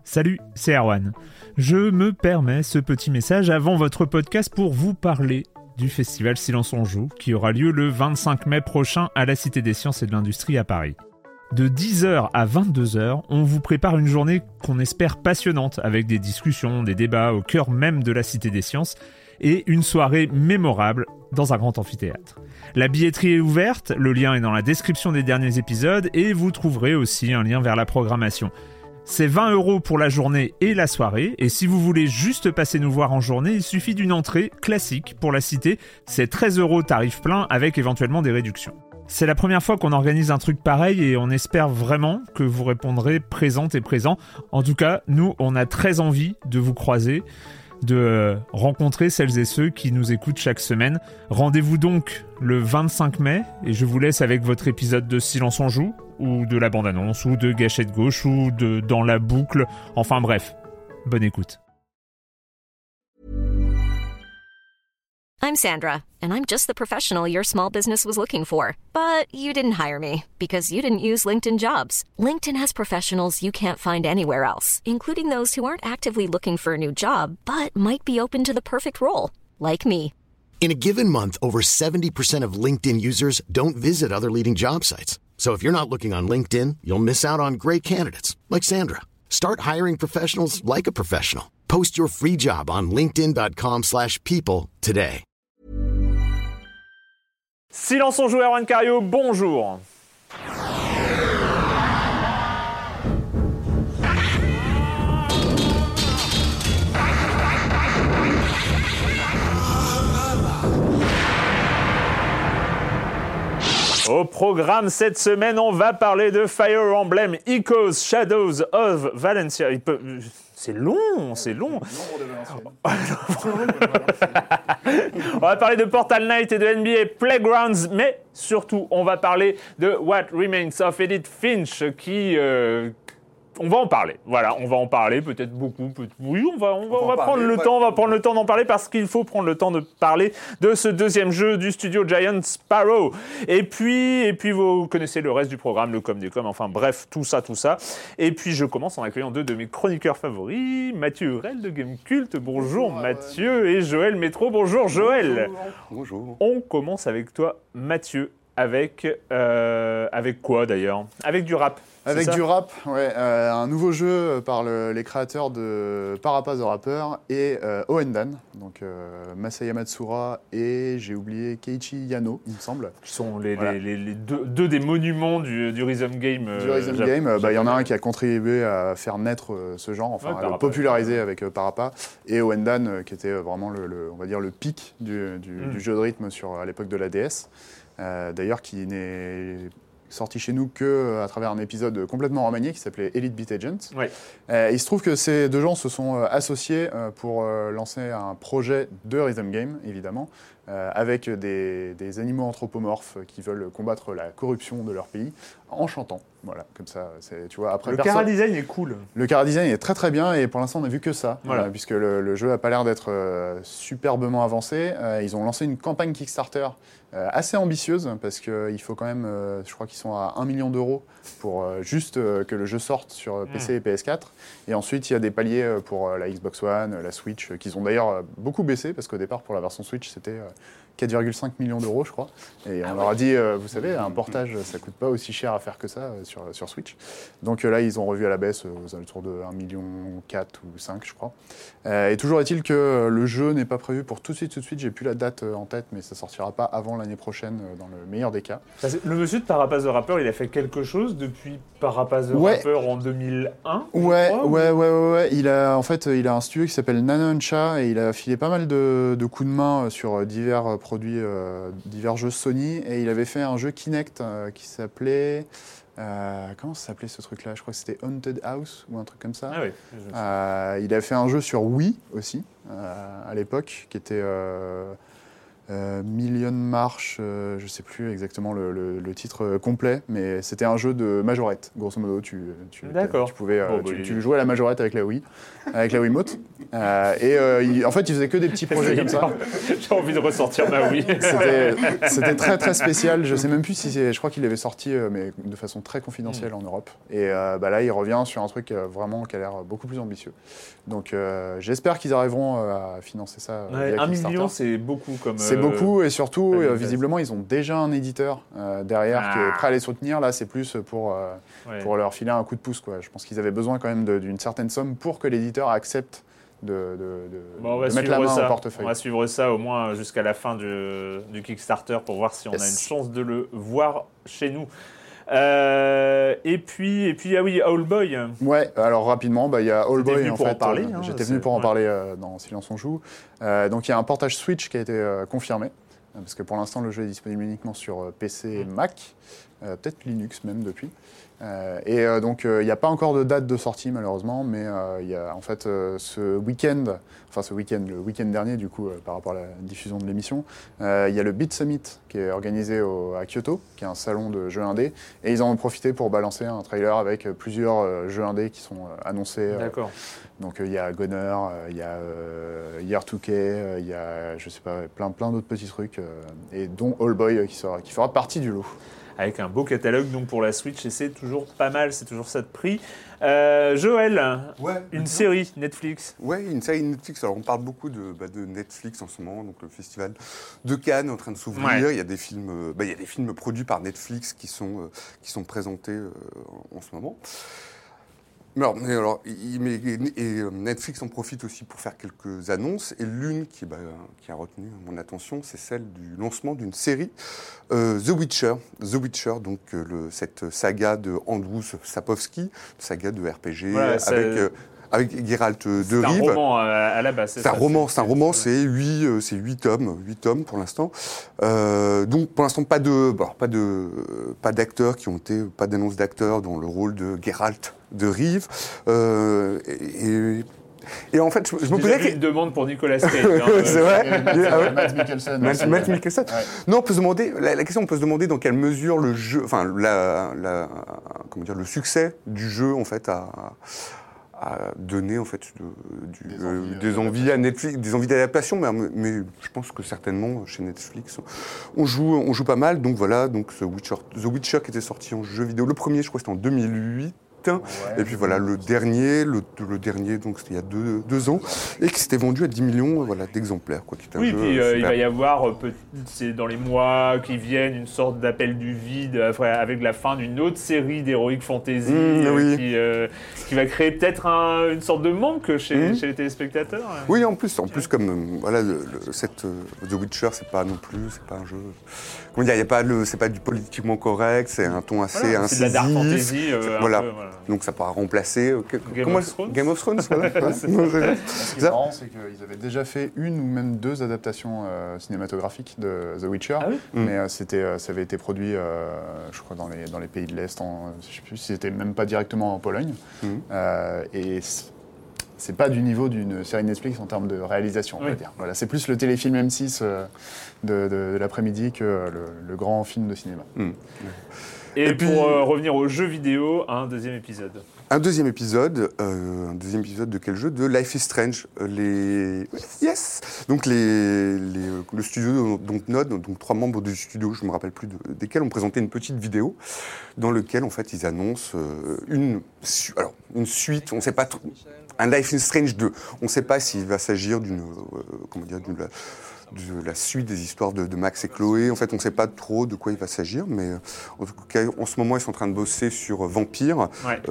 Salut, c'est Erwan. Je me permets ce petit message avant votre podcast pour vous parler du festival Silence on Joue qui aura lieu le 25 mai prochain à la Cité des Sciences et de l'Industrie à Paris. De 10h à 22h, on vous prépare une journée qu'on espère passionnante avec des discussions, des débats au cœur même de la Cité des Sciences et une soirée mémorable dans un grand amphithéâtre. La billetterie est ouverte, le lien est dans la description des derniers épisodes et vous trouverez aussi un lien vers la programmation. C'est 20 € pour la journée et la soirée, et si vous voulez juste passer nous voir en journée, il suffit d'une entrée classique pour la cité, c'est 13 € tarif plein avec éventuellement des réductions. C'est la première fois qu'on organise un truc pareil et on espère vraiment que vous répondrez présentes et présents. En tout cas, nous, on a très envie de vous croiser, de rencontrer celles et ceux qui nous écoutent chaque semaine. Rendez-vous donc le 25 mai et je vous laisse avec votre épisode de Silence on Joue, ou de la bande-annonce, ou de Gâchette Gauche, ou de Dans la boucle, enfin bref, bonne écoute. I'm Sandra, and I'm just the professional your small business was looking for. But you didn't hire me, because you didn't use LinkedIn Jobs. LinkedIn has professionals you can't find anywhere else, including those who aren't actively looking for a new job, but might be open to the perfect role, like me. In a given month, over 70% of LinkedIn users don't visit other leading job sites. So if you're not looking on LinkedIn, you'll miss out on great candidates like Sandra. Start hiring professionals like a professional. Post your free job on linkedin.com/people today. Silence on Joue, Erwan Cario, bonjour. Au programme cette semaine, on va parler de Fire Emblem Echoes Shadows of Valencia. C'est long. On va parler de Portal Knight et de NBA Playgrounds, mais surtout, on va parler de What Remains of Edith Finch qui... on va en parler, voilà, on va en parler, peut-être beaucoup, oui, on va prendre le temps, on va prendre le temps d'en parler parce qu'il faut prendre le temps de parler de ce deuxième jeu du studio Giant Sparrow. Et puis vous connaissez le reste du programme, le com des coms, enfin bref, tout ça. Et puis je commence en accueillant deux de mes chroniqueurs favoris, Mathieu Hurel de Gamecult, bonjour Mathieu, et Joël Métro, bonjour Joël. Bonjour. On commence avec toi Mathieu, avec quoi d'ailleurs ? Avec du rap. Avec du rap, ouais, un nouveau jeu par les créateurs de Parappa the Rapper et Oendan, donc Masaya Matsura et j'ai oublié Keiichi Yano, il me semble. Qui sont les deux des monuments du Rhythm Game. Du Rhythm Game, il y en a un qui a contribué à faire naître ce genre, enfin à le populariser avec Parappa, et Oendan qui était vraiment on va dire le pic du jeu de rythme à l'époque de la DS, d'ailleurs qui n'est sorti chez nous qu'à travers un épisode complètement remanié qui s'appelait Elite Beat Agent. Ouais. Il se trouve que ces deux gens se sont associés pour lancer un projet de Rhythm Game, évidemment, avec des animaux anthropomorphes qui veulent combattre la corruption de leur pays en chantant. Voilà, comme ça, tu vois. Après, le chara-design est cool. Le chara-design est très très bien et pour l'instant on n'a vu que ça, puisque le jeu n'a pas l'air d'être superbement avancé. Ils ont lancé une campagne Kickstarter assez ambitieuse parce qu'il faut quand même, je crois qu'ils sont à 1 million d'euros pour juste que le jeu sorte sur PC et PS4. Et ensuite il y a des paliers pour la Xbox One, la Switch, qu'ils ont d'ailleurs beaucoup baissé parce qu'au départ pour la version Switch c'était 4,5 millions d'euros, je crois. Et on leur a dit, vous savez, un portage, ça coûte pas aussi cher à faire que ça sur Switch. Donc là, ils ont revu à la baisse aux alentours de 1,4 million ou 5, je crois. Et toujours est-il que le jeu n'est pas prévu pour tout de suite. J'ai plus la date en tête, mais ça sortira pas avant l'année prochaine, dans le meilleur des cas. Le monsieur de Parappa the Rapper, il a fait quelque chose depuis Parappa the Rapper en 2001 Ouais. Il a un studio qui s'appelle Nanoncha et il a filé pas mal de coups de main sur divers produits, divers jeux Sony, et il avait fait un jeu Kinect qui s'appelait... comment ça s'appelait ce truc-là ? Je crois que c'était Haunted House ou un truc comme ça. Ah oui. Il a fait un jeu sur Wii aussi, à l'époque, qui était Million March, je ne sais plus exactement le titre complet, mais c'était un jeu de majorette, grosso modo. Tu pouvais, tu jouais à la majorette avec la Wii, avec la Wiimote. En fait, il faisait que des petits projets comme ça. J'ai envie de ressortir ma Wii. C'était très très spécial. Je ne sais même plus si je crois qu'il l'avait sorti, mais de façon très confidentielle en Europe. Et là, il revient sur un truc vraiment qui a l'air beaucoup plus ambitieux. Donc, j'espère qu'ils arriveront à financer ça. Via 1 million, c'est beaucoup comme. C'est beaucoup et surtout, visiblement, ils ont déjà un éditeur derrière qui est prêt à les soutenir. Là, c'est plus pour leur filer un coup de pouce, quoi. Je pense qu'ils avaient besoin quand même d'une certaine somme pour que l'éditeur accepte de mettre la main au portefeuille. On va suivre ça au moins jusqu'à la fin du Kickstarter pour voir si on a une chance de le voir chez nous. Et puis, ah oui, Owlboy. Ouais, alors rapidement, il y a Owlboy en fait. J'étais venu pour en parler dans Silence on joue. Donc il y a un portage Switch qui a été confirmé, parce que pour l'instant le jeu est disponible uniquement sur PC et Mac, peut-être Linux même depuis. Donc il n'y a pas encore de date de sortie malheureusement, mais il y a en fait le week-end dernier du coup par rapport à la diffusion de l'émission, il y a le Beat Summit qui est organisé à Kyoto, qui est un salon de jeux indés, et ils en ont profité pour balancer un trailer avec plusieurs jeux indés qui sont annoncés. D'accord. Donc il y a Gunner, il y a Year 2K, il y a je sais pas plein d'autres petits trucs, et dont Owlboy qui fera partie du lot. Avec un beau catalogue donc pour la Switch, et c'est toujours pas mal, c'est toujours ça de prix. Joël, une série Netflix. Ouais, une série Netflix. Alors on parle beaucoup de Netflix en ce moment, donc le festival de Cannes est en train de s'ouvrir. Ouais. Il y a des films produits par Netflix qui sont présentés en ce moment. Netflix en profite aussi pour faire quelques annonces, et l'une qui a retenu mon attention, c'est celle du lancement d'une série, The Witcher. The Witcher, donc cette saga de Andrzej Sapkowski, saga de RPG avec Geralt de Rive. C'est un roman à la base. C'est un roman, c'est 8 tomes pour l'instant. Donc pour l'instant pas d'acteurs qui ont été, pas d'annonce d'acteurs dans le rôle de Geralt de Rive. Et en fait, je me posais une demande pour Nicolas Cage. C'est vrai. Matt Mikkelsen. Matt Mikkelsen. Ouais. Non, on peut se demander. La question, on peut se demander dans quelle mesure le jeu, enfin le succès du jeu en fait a donné en fait des envies à Netflix, des envies d'adaptation, mais je pense que certainement chez Netflix on joue pas mal. Donc voilà, The Witcher qui était sorti en jeu vidéo, le premier je crois c'était en 2008. Et puis voilà, le dernier, donc c'était il y a deux ans, et qui s'était vendu à 10 millions d'exemplaires. Oui, puis il va y avoir, c'est dans les mois qui viennent, une sorte d'appel du vide avec la fin d'une autre série d'Heroic Fantasy qui va créer peut-être une sorte de manque chez les téléspectateurs. Oui, en plus comme The Witcher, c'est pas un jeu. Comment dire, c'est pas du politiquement correct, c'est un ton assez incisif. C'est de la dark fantasy. Voilà. Donc ça pourra remplacer Game of Thrones. Voilà. Ce qui est marrant, c'est qu'ils avaient déjà fait une ou même 2 adaptations cinématographies de The Witcher, mais ça avait été produit, je crois, dans les pays de l'Est. Je ne sais plus si c'était même pas directement en Pologne. Et c'est pas du niveau d'une série Netflix en termes de réalisation, on va dire. Voilà, c'est plus le téléfilm M6 de l'après-midi que le grand film de cinéma. Et pour revenir aux jeux vidéo, un deuxième épisode. Un deuxième épisode de quel jeu ? De Life is Strange. Donc le studio, donc Node, donc 3 membres du studio, je ne me rappelle plus desquels, ont présenté une petite vidéo dans laquelle en fait ils annoncent une suite. On ne sait pas un Life is Strange 2. On ne sait pas s'il va s'agir de la suite des histoires de Max et Chloé. En fait, on ne sait pas trop de quoi il va s'agir, mais en tout cas, en ce moment, ils sont en train de bosser sur Vampire,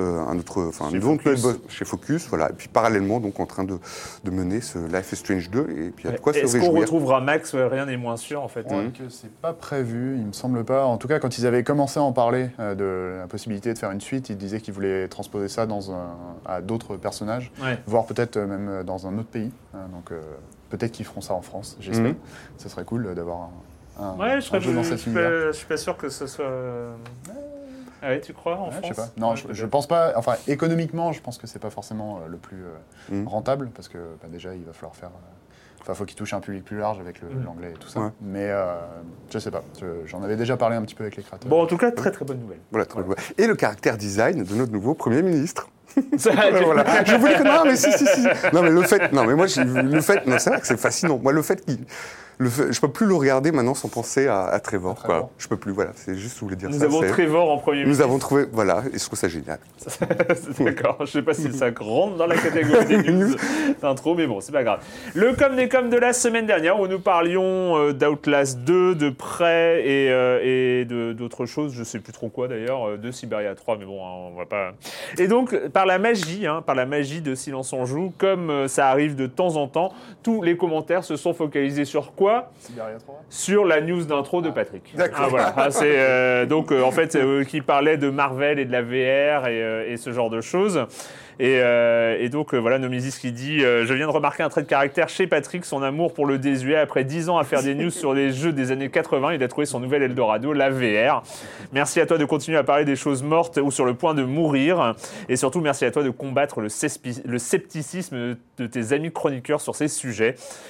chez Focus, voilà. Et puis parallèlement, donc en train de mener ce Life is Strange 2, et puis il y a de quoi se réjouir. Est-ce qu'on retrouvera Max ? Rien n'est moins sûr, en fait. Que c'est pas prévu, il me semble pas. En tout cas, quand ils avaient commencé à en parler de la possibilité de faire une suite, ils disaient qu'ils voulaient transposer ça à d'autres personnages, voire peut-être même dans un autre pays. Donc peut-être qu'ils feront ça en France, j'espère. Ça serait cool d'avoir un jeu dans cet univers. Je suis pas sûr que ce soit... Ah oui, tu crois en France ? Je sais pas. Non, je pense pas. Enfin, économiquement, je pense que c'est pas forcément le plus rentable, parce que déjà, il va falloir faire Enfin, faut qu'il touche un public plus large avec l'anglais et tout ça. Ouais. Mais je sais pas. J'en avais déjà parlé un petit peu avec les créateurs. Bon, en tout cas, très très bonne nouvelle. Voilà, très bonne. Et le caractère design de notre nouveau Premier ministre. Voilà. Je voulais que non, mais si. Non, mais le fait, non, c'est vrai que c'est fascinant. Moi, je peux plus le regarder maintenant sans penser à Trevor. Quoi. Je peux plus. Voilà, c'est juste, je voulais dire ça. Nous avons Trevor en premier ministre. Nous avons trouvé, voilà, et je trouve ça génial. D'accord. Je sais pas si ça rentre dans la catégorie des news d'intro, mais bon, c'est pas grave. Le com des coms de la semaine dernière où nous parlions d'Outlast 2, de Prey et d'autres choses, je sais plus trop quoi d'ailleurs, de Siberia 3, mais bon, hein, on va pas. Et donc, par la magie de Silence on Joue, comme ça arrive de temps en temps, tous les commentaires se sont focalisés sur quoi ? Siberia 3 Sur la news d'intro de Patrick. D'accord. Ah, voilà. Ah, c'est donc en fait qui parlait de Marvel et de la VR et ce genre de choses. Et donc voilà Nomisis qui dit je viens de remarquer un trait de caractère chez Patrick, son amour pour le désuet. Après 10 ans à faire des news sur les jeux des années 80, il a trouvé son nouvel Eldorado, la VR. Merci à toi de continuer à parler des choses mortes ou sur le point de mourir. Et surtout merci à toi de combattre le scepticisme de tes amis chroniqueurs sur ces sujets.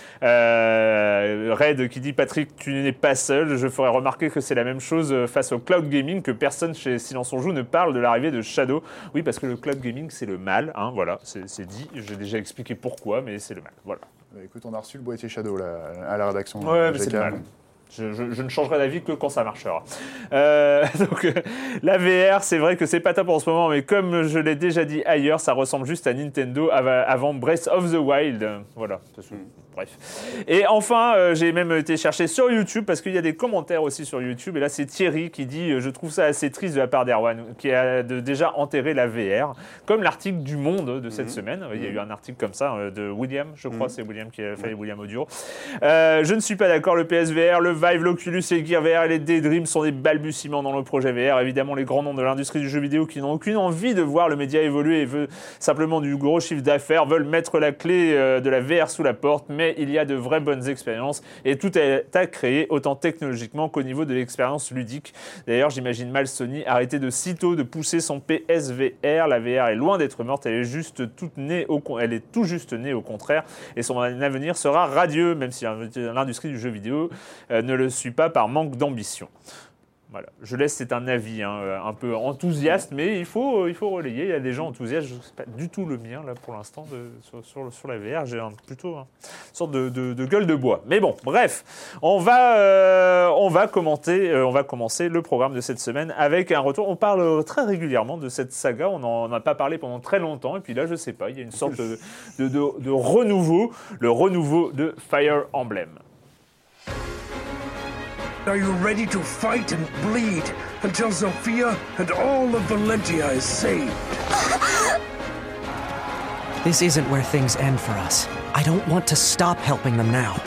Red qui dit Patrick, tu n'es pas seul. Je ferai remarquer que c'est la même chose face au cloud gaming, que personne chez Silence on Joue ne parle de l'arrivée de Shadow. Oui, parce que le cloud gaming c'est le mal, hein, voilà, c'est dit. J'ai déjà expliqué pourquoi, mais c'est le mal. Voilà. Bah, écoute, on a reçu le boîtier Shadow là, à la rédaction. Ouais, mais c'est le mal. Je ne changerai d'avis que quand ça marchera. Donc, la VR, c'est vrai que c'est pas top en ce moment, mais comme je l'ai déjà dit ailleurs, ça ressemble juste à Nintendo avant Breath of the Wild. Voilà. Bref. Et enfin, j'ai même été chercher sur YouTube, parce qu'il y a des commentaires aussi sur YouTube, et là c'est Thierry qui dit « Je trouve ça assez triste de la part d'Erwan, qui a déjà enterré la VR », comme l'article du Monde de cette semaine. Il y a eu un article comme ça de William, je crois, c'est William qui a fait William Audio. Je ne suis pas d'accord, le PSVR, le Vive, l'Oculus et le Gear VR et les Daydream sont des balbutiements dans le projet VR. Évidemment, les grands noms de l'industrie du jeu vidéo qui n'ont aucune envie de voir le média évoluer et veulent simplement du gros chiffre d'affaires, veulent mettre la clé de la VR sous la porte, mais il y a de vraies bonnes expériences et tout est à créer, autant technologiquement qu'au niveau de l'expérience ludique. D'ailleurs, j'imagine mal Sony arrêter de sitôt de pousser son PSVR. La VR est loin d'être morte, elle est tout juste née au contraire, et son avenir sera radieux, même si l'industrie du jeu vidéo ne le suit pas par manque d'ambition. Voilà. Je laisse, c'est un avis un peu enthousiaste, mais il faut relayer. Il y a des gens enthousiastes, c'est pas du tout le mien là pour l'instant sur la VR. J'ai plutôt une sorte de gueule de bois. Mais bon, bref, on va commencer le programme de cette semaine avec un retour. On parle très régulièrement de cette saga. On n'en a pas parlé pendant très longtemps, et puis là, je sais pas, il y a une sorte de renouveau, le renouveau de Fire Emblem. Are you ready to fight and bleed until Zofia and all of Valentia is saved? This isn't where things end for us. I don't want to stop helping them now.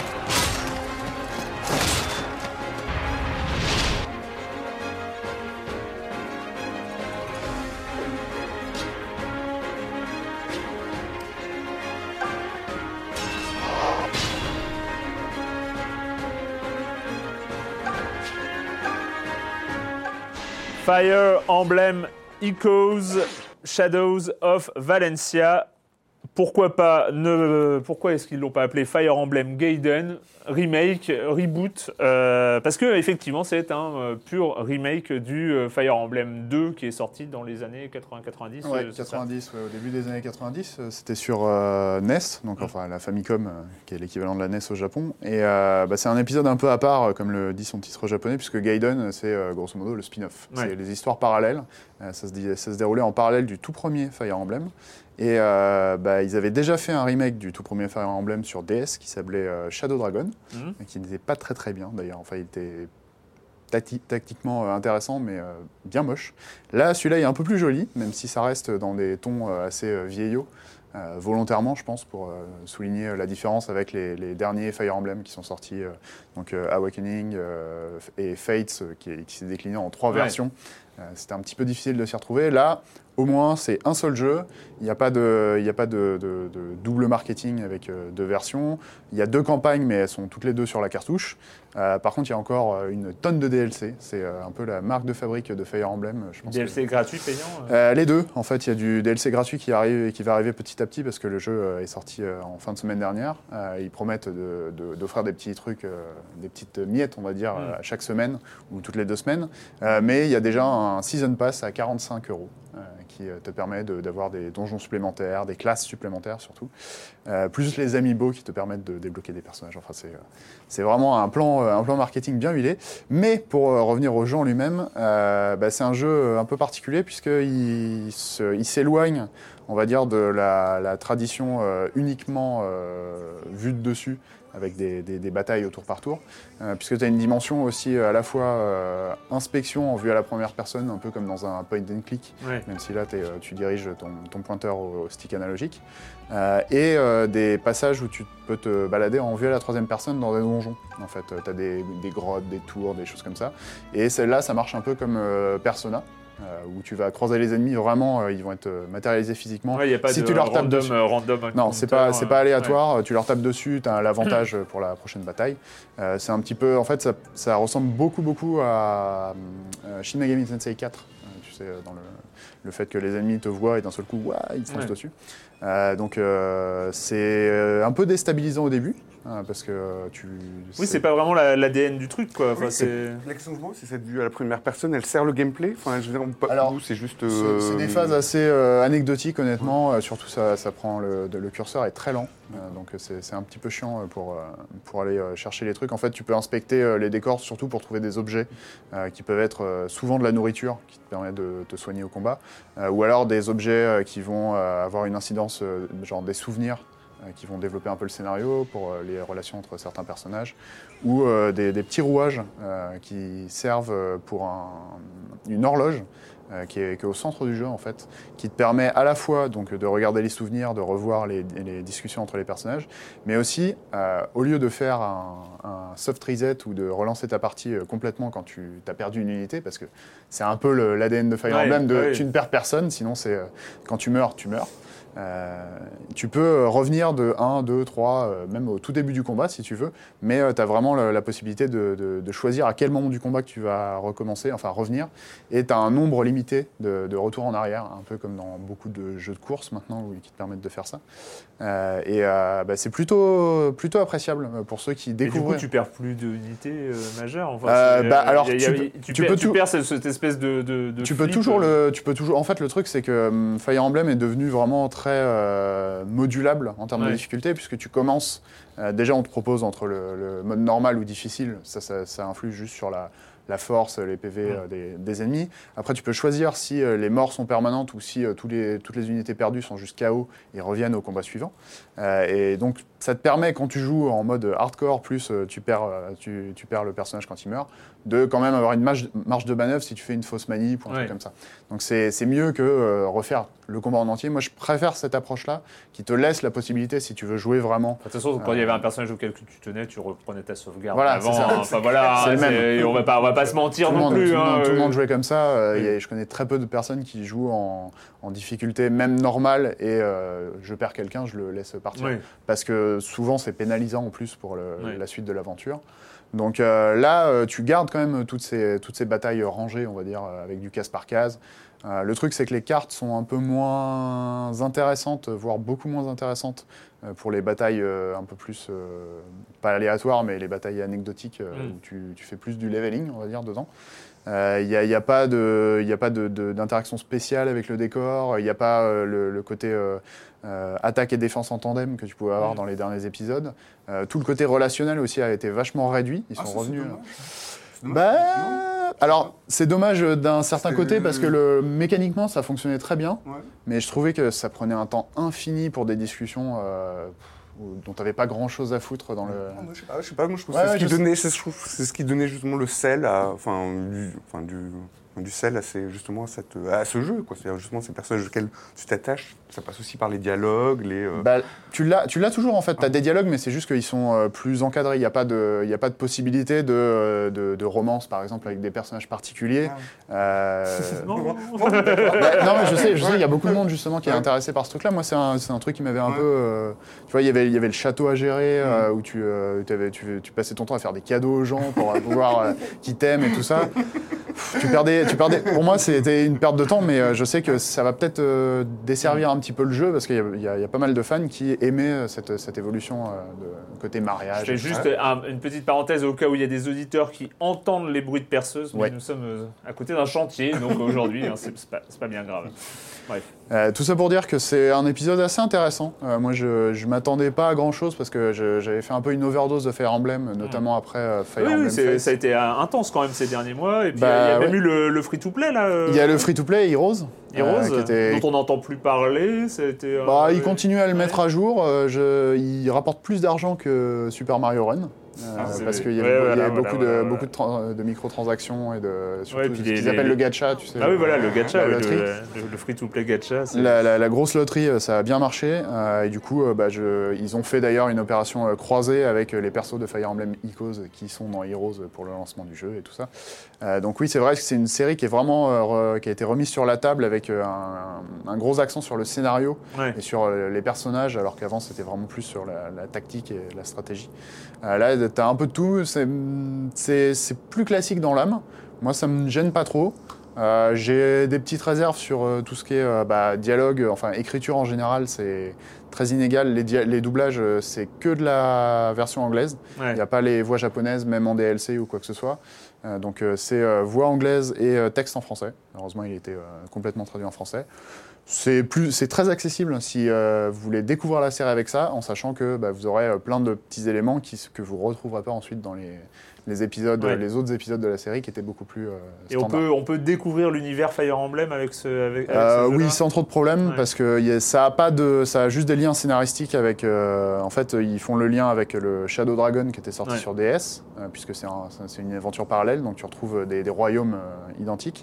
Fire Emblem Echoes, Shadows of Valencia. Pourquoi est-ce qu'ils ne l'ont pas appelé Fire Emblem Gaiden remake, reboot, parce que effectivement c'est un pur remake du Fire Emblem 2 qui est sorti dans les années 80-90. Ouais, 90, au début des années 90, c'était sur NES, donc enfin la Famicom, qui est l'équivalent de la NES au Japon. Et c'est un épisode un peu à part, comme le dit son titre japonais, puisque Gaiden, c'est grosso modo le spin-off. Ouais. C'est les histoires parallèles. Ça se déroulait en parallèle du tout premier Fire Emblem. Et ils avaient déjà fait un remake du tout premier Fire Emblem sur DS qui s'appelait Shadow Dragon, qui n'était pas très très bien d'ailleurs. Enfin, il était tactiquement intéressant, mais bien moche. Là, celui-là est un peu plus joli, même si ça reste dans des tons assez vieillots, volontairement, je pense, pour souligner la différence avec les derniers Fire Emblem qui sont sortis, donc Awakening et Fates, qui s'est décliné en 3 versions. C'était un petit peu difficile de s'y retrouver. Là, au moins, c'est un seul jeu. Il n'y a pas de double marketing avec 2 versions. Il y a 2 campagnes, mais elles sont toutes les 2 sur la cartouche. Par contre, il y a encore une tonne de DLC. C'est un peu la marque de fabrique de Fire Emblem. Je pense DLC gratuit, payant Les 2. En fait, il y a du DLC gratuit qui arrive et qui va arriver petit à petit parce que le jeu est sorti en fin de semaine dernière. Ils promettent d'offrir des petits trucs, des petites miettes, on va dire, à chaque semaine ou toutes les 2 semaines. Mais il y a déjà un Season Pass à 45 € qui te permet d'avoir des donjons supplémentaires, des classes supplémentaires surtout, plus les amiibo qui te permettent de débloquer des personnages. Enfin, c'est vraiment un plan marketing bien huilé. Mais pour revenir au jeu en lui-même, c'est un jeu un peu particulier puisqu'il s'éloigne, on va dire, de la tradition uniquement vue de dessus, avec des batailles au tour par tour, puisque tu as une dimension aussi à la fois inspection en vue à la première personne, un peu comme dans un point and click, même si là tu diriges ton pointeur au stick analogique, et des passages où tu peux te balader en vue à la troisième personne dans des donjons. En fait, tu as des grottes, des tours, des choses comme ça, et celle-là, ça marche un peu comme Persona. Où tu vas croiser les ennemis, vraiment, ils vont être matérialisés physiquement. Il n'y a pas si de tu leur tapes dessus, random. Non, c'est pas aléatoire. Tu leur tapes dessus, tu as l'avantage pour la prochaine bataille. C'est un petit peu, en fait, ça ressemble beaucoup à Shin Megami Tensei 4. Tu sais, dans le fait que les ennemis te voient et d'un seul coup, ils te foncent dessus. Donc c'est un peu déstabilisant au début. Parce que c'est pas vraiment l'ADN du truc, quoi. Enfin, la question que je me pose, c'est cette vue à la première personne, elle sert le gameplay. Enfin, je veux dire, alors, c'est juste. C'est des phases assez anecdotiques, honnêtement. Surtout, ça prend le curseur est très lent, donc c'est un petit peu chiant pour aller chercher les trucs. En fait, tu peux inspecter les décors, surtout pour trouver des objets qui peuvent être souvent de la nourriture, qui te permet de te soigner au combat, ou alors des objets qui vont avoir une incidence, genre des souvenirs. Qui vont développer un peu le scénario pour les relations entre certains personnages, ou des petits rouages qui servent pour une horloge qui est au centre du jeu, en fait, qui te permet à la fois donc, de regarder les souvenirs, de revoir les discussions entre les personnages, mais aussi, au lieu de faire un soft reset ou de relancer ta partie complètement quand tu as perdu une unité, parce que c'est un peu l'ADN de Fire Emblem, tu ne perds personne, sinon c'est quand tu meurs, tu meurs. Tu peux revenir de 1, 2, 3, même au tout début du combat si tu veux, mais tu as vraiment la possibilité de choisir à quel moment du combat que tu vas recommencer, enfin revenir, et tu as un nombre limité de retours en arrière, un peu comme dans beaucoup de jeux de course maintenant qui te permettent de faire ça. C'est plutôt appréciable pour ceux qui découvrent. Et du coup, tu perds plus d'unités majeures. Enfin, tu perds cette espèce de tu peux toujours en fait, le truc, c'est que Fire Emblem est devenu vraiment très modulable en termes de difficulté, puisque tu commences. Déjà, on te propose entre le mode normal ou difficile, ça influe juste sur la force, les PV des ennemis. Après, tu peux choisir si les morts sont permanentes ou si toutes les unités perdues sont juste KO et reviennent au combat suivant. Et donc, ça te permet, quand tu joues en mode hardcore, plus tu perds le personnage quand il meurt, de quand même avoir une marge de manœuvre si tu fais une fausse manip ou un truc comme ça. Donc, c'est mieux que refaire le combat en entier. Moi, je préfère cette approche-là qui te laisse la possibilité, si tu veux jouer vraiment. De toute façon, quand il y avait un personnage auquel tu tenais, tu reprenais ta sauvegarde. Voilà, avant. C'est ça. Enfin, voilà, c'est le même. On va pas se mentir non plus. Tout le monde jouait comme ça. Je connais très peu de personnes qui jouent en difficulté, même normale, et je perds quelqu'un, je le laisse partir. Parce que souvent, c'est pénalisant en plus pour la suite de l'aventure. Donc là, tu gardes quand même toutes ces batailles rangées, on va dire, avec du case par case. Le truc, c'est que les cartes sont un peu moins intéressantes, voire beaucoup moins intéressantes pour les batailles un peu plus, pas aléatoires, mais les batailles anecdotiques où tu fais plus du leveling, on va dire, dedans. Il n'y a pas d'interaction spéciale avec le décor, il n'y a pas le côté attaque et défense en tandem que tu pouvais avoir dans les derniers épisodes. Tout le côté relationnel aussi a été vachement réduit. Ils sont revenus. Alors, c'est dommage d'un certain côté parce que mécaniquement, ça fonctionnait très bien, mais je trouvais que ça prenait un temps infini pour des discussions dont tu n'avais pas grand-chose à foutre dans le... Je sais pas, moi je trouve que c'est ce qui donnait justement le sel du sel à ce jeu, quoi. C'est-à-dire justement ces personnages auxquels tu t'attaches. Ça passe aussi par les dialogues, tu l'as toujours en fait. T'as des dialogues, mais c'est juste qu'ils sont plus encadrés. Il y a pas de possibilité de romance, par exemple, avec des personnages particuliers. Non, non, mais je sais. Il y a beaucoup de monde justement qui est intéressé par ce truc-là. Moi, c'est un truc qui m'avait un peu. Tu vois, il y avait le château à gérer où tu passais ton temps à faire des cadeaux aux gens pour pouvoir qui t'aiment et tout ça. Tu perdais. Pour moi, c'était une perte de temps, mais je sais que ça va peut-être desservir un petit peu le jeu parce qu'il y a pas mal de fans qui aimaient cette évolution de côté mariage. Je fais juste une petite parenthèse au cas où il y a des auditeurs qui entendent les bruits de perceuse, mais nous sommes à côté d'un chantier, donc aujourd'hui, c'est pas bien grave. Bref. Tout ça pour dire que c'est un épisode assez intéressant. Moi, je m'attendais pas à grand-chose parce que j'avais fait un peu une overdose de Fire Emblem, notamment après Fire Emblem Fates. Ça a été intense quand même ces derniers mois. Et puis il y a même eu le free-to-play là. Il y a le free-to-play Heroes, dont on n'entend plus parler. Il continue à le mettre à jour. Il rapporte plus d'argent que Super Mario Run. Parce qu'il y avait beaucoup de microtransactions et surtout ce qu'ils appellent le gacha, tu sais. Ah oui, voilà, le gacha, le free-to-play gacha. La grosse loterie, ça a bien marché. Et du coup, ils ont fait d'ailleurs une opération croisée avec les persos de Fire Emblem Echoes qui sont dans Heroes pour le lancement du jeu et tout ça. Donc oui, c'est vrai que c'est une série qui est vraiment qui a été remise sur la table avec un gros accent sur le scénario et sur les personnages, alors qu'avant c'était vraiment plus sur la tactique et la stratégie. Là, t'as un peu de tout. C'est plus classique dans l'âme. Moi, ça me gêne pas trop. J'ai des petites réserves sur tout ce qui est dialogue, enfin écriture en général, c'est très inégal. Les doublages, c'est que de la version anglaise. Il n'y a pas les voix japonaises, même en DLC ou quoi que ce soit. Donc c'est voix anglaise et texte en français. Heureusement, il a été complètement traduit en français. C'est très accessible si vous voulez découvrir la série avec ça, en sachant que vous aurez plein de petits éléments que vous ne retrouverez pas ensuite dans les épisodes, les autres épisodes de la série qui étaient beaucoup plus standards. Et on peut découvrir l'univers Fire Emblem avec ce oui, sans trop de problème, parce que ça a juste des liens scénaristiques avec. En fait, ils font le lien avec le Shadow Dragon qui était sorti sur DS, puisque c'est une aventure parallèle, donc tu retrouves des royaumes identiques.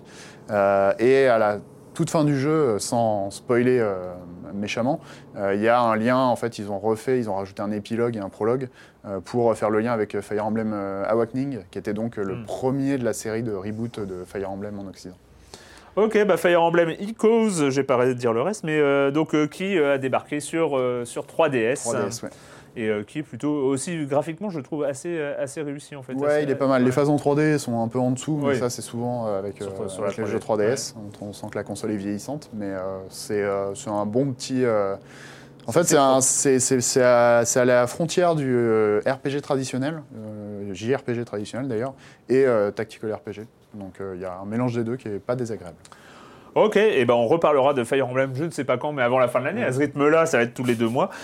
Et à la toute fin du jeu, sans spoiler méchamment, il y a un lien, en fait, ils ont rajouté un épilogue et un prologue pour faire le lien avec Fire Emblem Awakening, qui était donc le premier de la série de reboot de Fire Emblem en Occident. Ok, Fire Emblem Echoes, j'ai pas arrêté de dire le reste, mais qui a débarqué sur 3DS. 3DS, ouais. Et qui est plutôt aussi graphiquement, je trouve, assez réussi en fait. Ouais, il est pas mal. Les phases en 3D sont un peu en dessous, mais ça c'est souvent avec les jeux 3DS. On sent que la console est vieillissante, mais c'est un bon petit. En fait, c'est à la frontière du RPG traditionnel, JRPG traditionnel d'ailleurs, et Tactical RPG. Donc il y a un mélange des deux qui est pas désagréable. Ok, et on reparlera de Fire Emblem, je ne sais pas quand, mais avant la fin de l'année. À ce rythme-là, ça va être tous les 2 mois.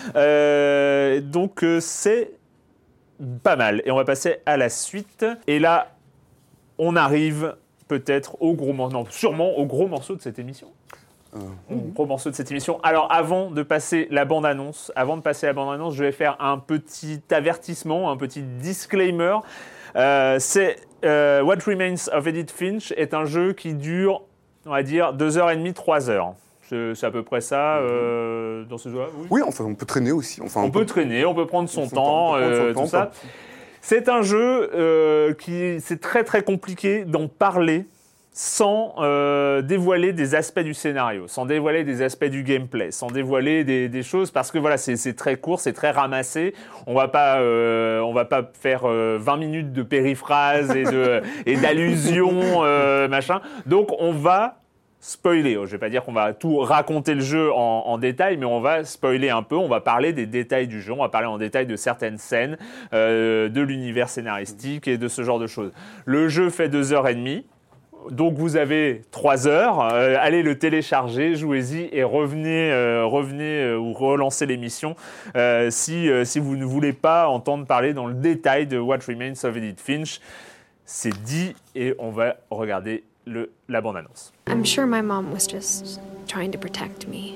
Donc c'est pas mal. Et on va passer à la suite. Et là, on arrive peut-être sûrement au gros morceau de cette émission. Gros morceau de cette émission. Alors, avant de passer la bande-annonce, je vais faire un petit avertissement, un petit disclaimer. What Remains of Edith Finch est un jeu qui dure, on va dire, 2h30, 3h. C'est à peu près ça dans ce jeu-là. Oui, enfin, on peut traîner aussi. On peut traîner, on peut prendre son temps, tout ça. C'est un jeu c'est très très compliqué d'en parler sans dévoiler des aspects du scénario, sans dévoiler des aspects du gameplay, sans dévoiler des choses, parce que voilà, c'est très court, c'est très ramassé. On va pas faire 20 minutes de périphrases et d'allusions, machin. Donc on va spoiler. Je vais pas dire qu'on va tout raconter le jeu en détail, mais on va spoiler un peu. On va parler des détails du jeu, on va parler en détail de certaines scènes, de l'univers scénaristique et de ce genre de choses. Le jeu fait 2h30. Donc vous avez 3 heures, allez le télécharger, jouez-y et revenez ou relancez l'émission si vous ne voulez pas entendre parler dans le détail de What Remains of Edith Finch. C'est dit et on va regarder la bande-annonce. I'm sure my mom was just trying to protect me.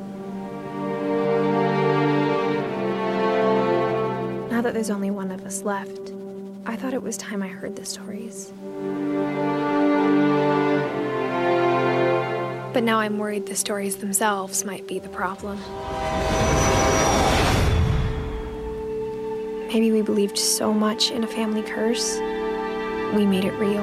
Now that there's only one of us left, I thought it was time I heard the stories. But now I'm worried the stories themselves might be the problem. Maybe we believed so much in a family curse, we made it real.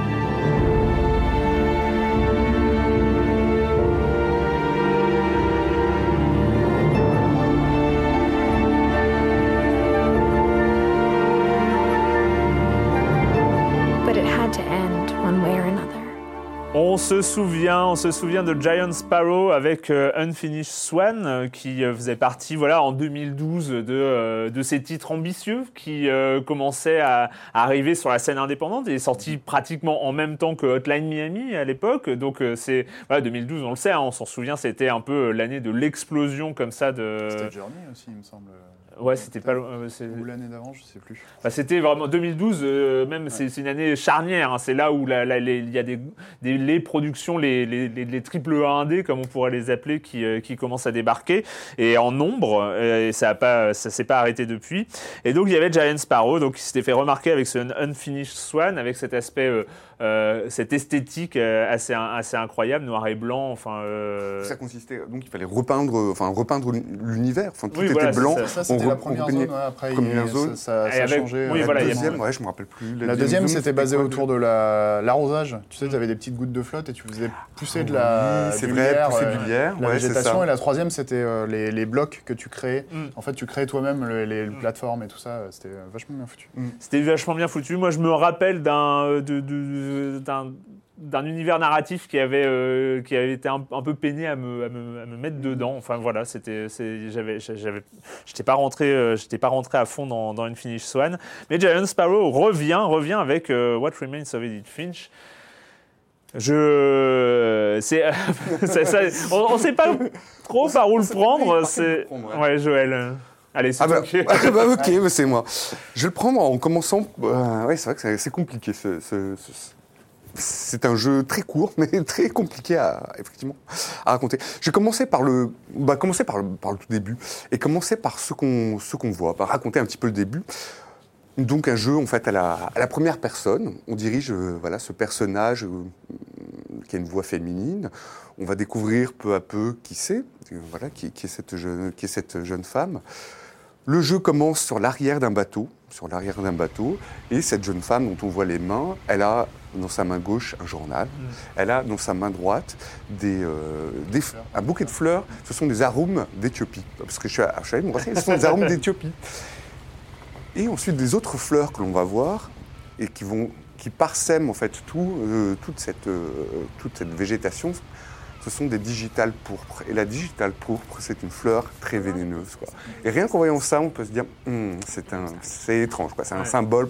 But it had to end one way or another. On se souvient de Giant Sparrow avec Unfinished Swan qui faisait partie, voilà, en 2012 de ces titres ambitieux qui commençaient à arriver sur la scène indépendante et est sorti pratiquement en même temps que Hotline Miami à l'époque. Donc c'est voilà, 2012, on le sait, hein, on s'en souvient, c'était un peu l'année de l'explosion comme ça de. C'était Journey aussi, il me semble. Ouais, c'était pas ou l'année d'avant, je sais plus. Bah, c'était vraiment 2012, même ouais. C'est une année charnière. Hein, c'est là où il y a les productions, les triple A indés, comme on pourrait les appeler, qui commencent à débarquer et en nombre. Et ça s'est pas arrêté depuis. Et donc il y avait Giant Sparrow, donc qui s'était fait remarquer avec ce Unfinished Swan, avec cet aspect, cette esthétique assez incroyable, noir et blanc. Enfin. Ça consistait donc il fallait repeindre l'univers. Enfin tout oui, était voilà, blanc. Ça c'était la première zone. Après ça a changé. Oui, voilà, la deuxième, ouais, je me rappelle plus. La deuxième c'était basé autour de l'arrosage. Tu sais, tu avais des petites gouttes de flotte et tu faisais pousser de la. C'est vrai, pousser du lierre. La végétation. Et la troisième c'était les blocs que tu créais. En fait, tu créais toi-même les plateformes et tout ça. C'était vachement bien foutu. C'était vachement bien foutu. Moi, je me rappelle d'un univers narratif qui avait été un peu peiné à me mettre dedans. Enfin voilà, j'étais pas rentré à fond dans Unfinished Swan. Mais Giant Sparrow revient avec What Remains of Edith Finch. On sait pas trop par où le prendre. Ouais, Joël. Allez, c'est ok, c'est moi. Je vais le prendre en commençant. Ouais, c'est vrai que c'est compliqué. C'est un jeu très court, mais très compliqué à raconter. Je vais commencer par le tout début et commencer par ce qu'on voit, par raconter un petit peu le début. Donc un jeu en fait à la première personne. On dirige ce personnage qui a une voix féminine. On va découvrir peu à peu qui c'est, qui est cette jeune femme. Le jeu commence sur l'arrière d'un bateau, et cette jeune femme dont on voit les mains, elle a dans sa main gauche un journal, elle a dans sa main droite un bouquet de fleurs. Ce sont des arômes d'Éthiopie, parce que je suis allé me renseigner, ce sont des arômes d'Éthiopie. Et ensuite des autres fleurs que l'on va voir et qui parsèment en fait toute cette végétation. Ce sont des digitales pourpres. Et la digitale pourpre, c'est une fleur très vénéneuse, quoi. Et rien qu'en voyant ça, on peut se dire, c'est étrange, quoi. C'est un symbole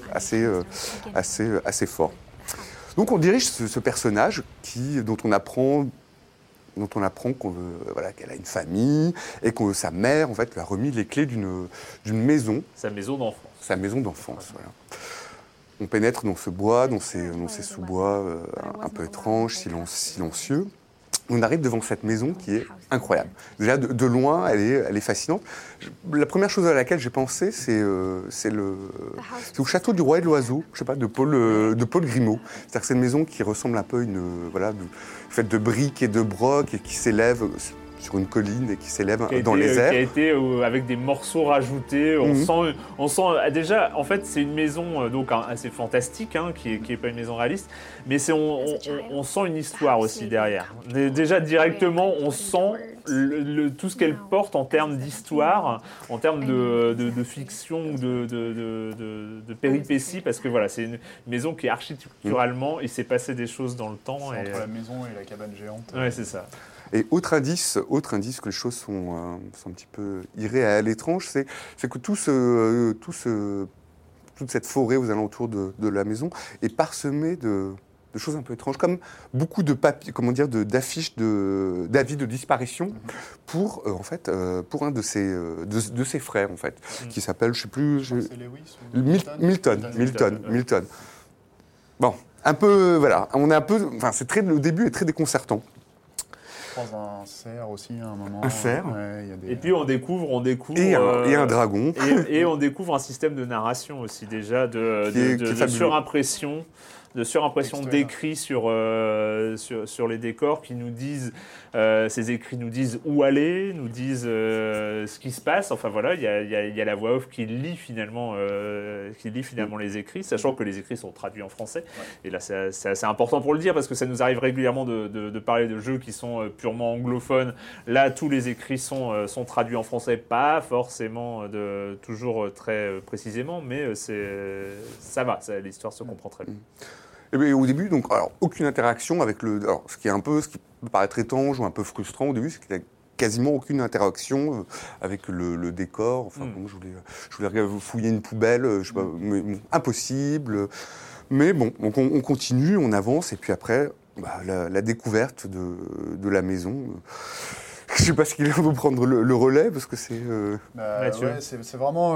assez fort. Donc on dirige ce personnage dont on apprend qu'elle a une famille et que sa mère en fait lui a remis les clés d'une maison. Sa maison d'enfance. Voilà. On pénètre dans ce bois, dans ces sous-bois un peu étranges, silencieux. On arrive devant cette maison qui est incroyable. Déjà, de loin, elle est fascinante. La première chose à laquelle j'ai pensé, c'est au château du Roi et de l'Oiseau, je sais pas, de Paul Grimaud. C'est-à-dire que c'est une maison qui ressemble un peu faite de briques et de brocs et qui s'élève sur une colline et qui s'élève dans les airs. Qui a été avec des morceaux rajoutés. On sent déjà, en fait, c'est une maison donc assez fantastique, qui est pas une maison réaliste, mais on sent une histoire aussi derrière. Déjà directement, on sent tout ce qu'elle porte en termes d'histoire, en termes de fiction ou de péripéties, parce que voilà, c'est une maison qui est architecturalement, il s'est passé des choses dans le temps. Entre la maison et la cabane géante. Ouais, c'est ça. Et autre indice que les choses sont un petit peu irréelles, étranges, c'est que toute cette forêt aux alentours de la maison est parsemée de choses un peu étranges, comme beaucoup de papiers, d'affiches d'avis de disparition pour un de ses frères en fait, qui s'appelle, je sais plus, c'est Lewis ou Milton. Bon, un peu, voilà, on est un peu, le début est très déconcertant. Un cerf aussi à un moment. Un cerf. Et puis on découvre et un dragon. Et on découvre un système de narration aussi déjà de surimpression de surimpression d'écrits sur les décors qui nous disent, ces écrits nous disent où aller, nous disent ce qui se passe. Enfin voilà, il y a la voix off qui lit finalement les écrits, sachant que les écrits sont traduits en français. Ouais. Et là, c'est assez important pour le dire parce que ça nous arrive régulièrement de parler de jeux qui sont purement anglophones. Là, tous les écrits sont traduits en français, pas forcément toujours très précisément, mais ça va, l'histoire se comprend très bien. Et bien, au début, donc, alors, aucune interaction avec le... Alors, ce qui peut paraître étrange ou un peu frustrant au début, c'est qu'il n'y a quasiment aucune interaction avec le décor. Enfin, bon, je voulais fouiller une poubelle, je sais pas, impossible. Mais bon, donc on continue, on avance, et puis après, la découverte de la maison... Je ne sais pas ce qu'il va prendre le relais, parce que c'est... c'est vraiment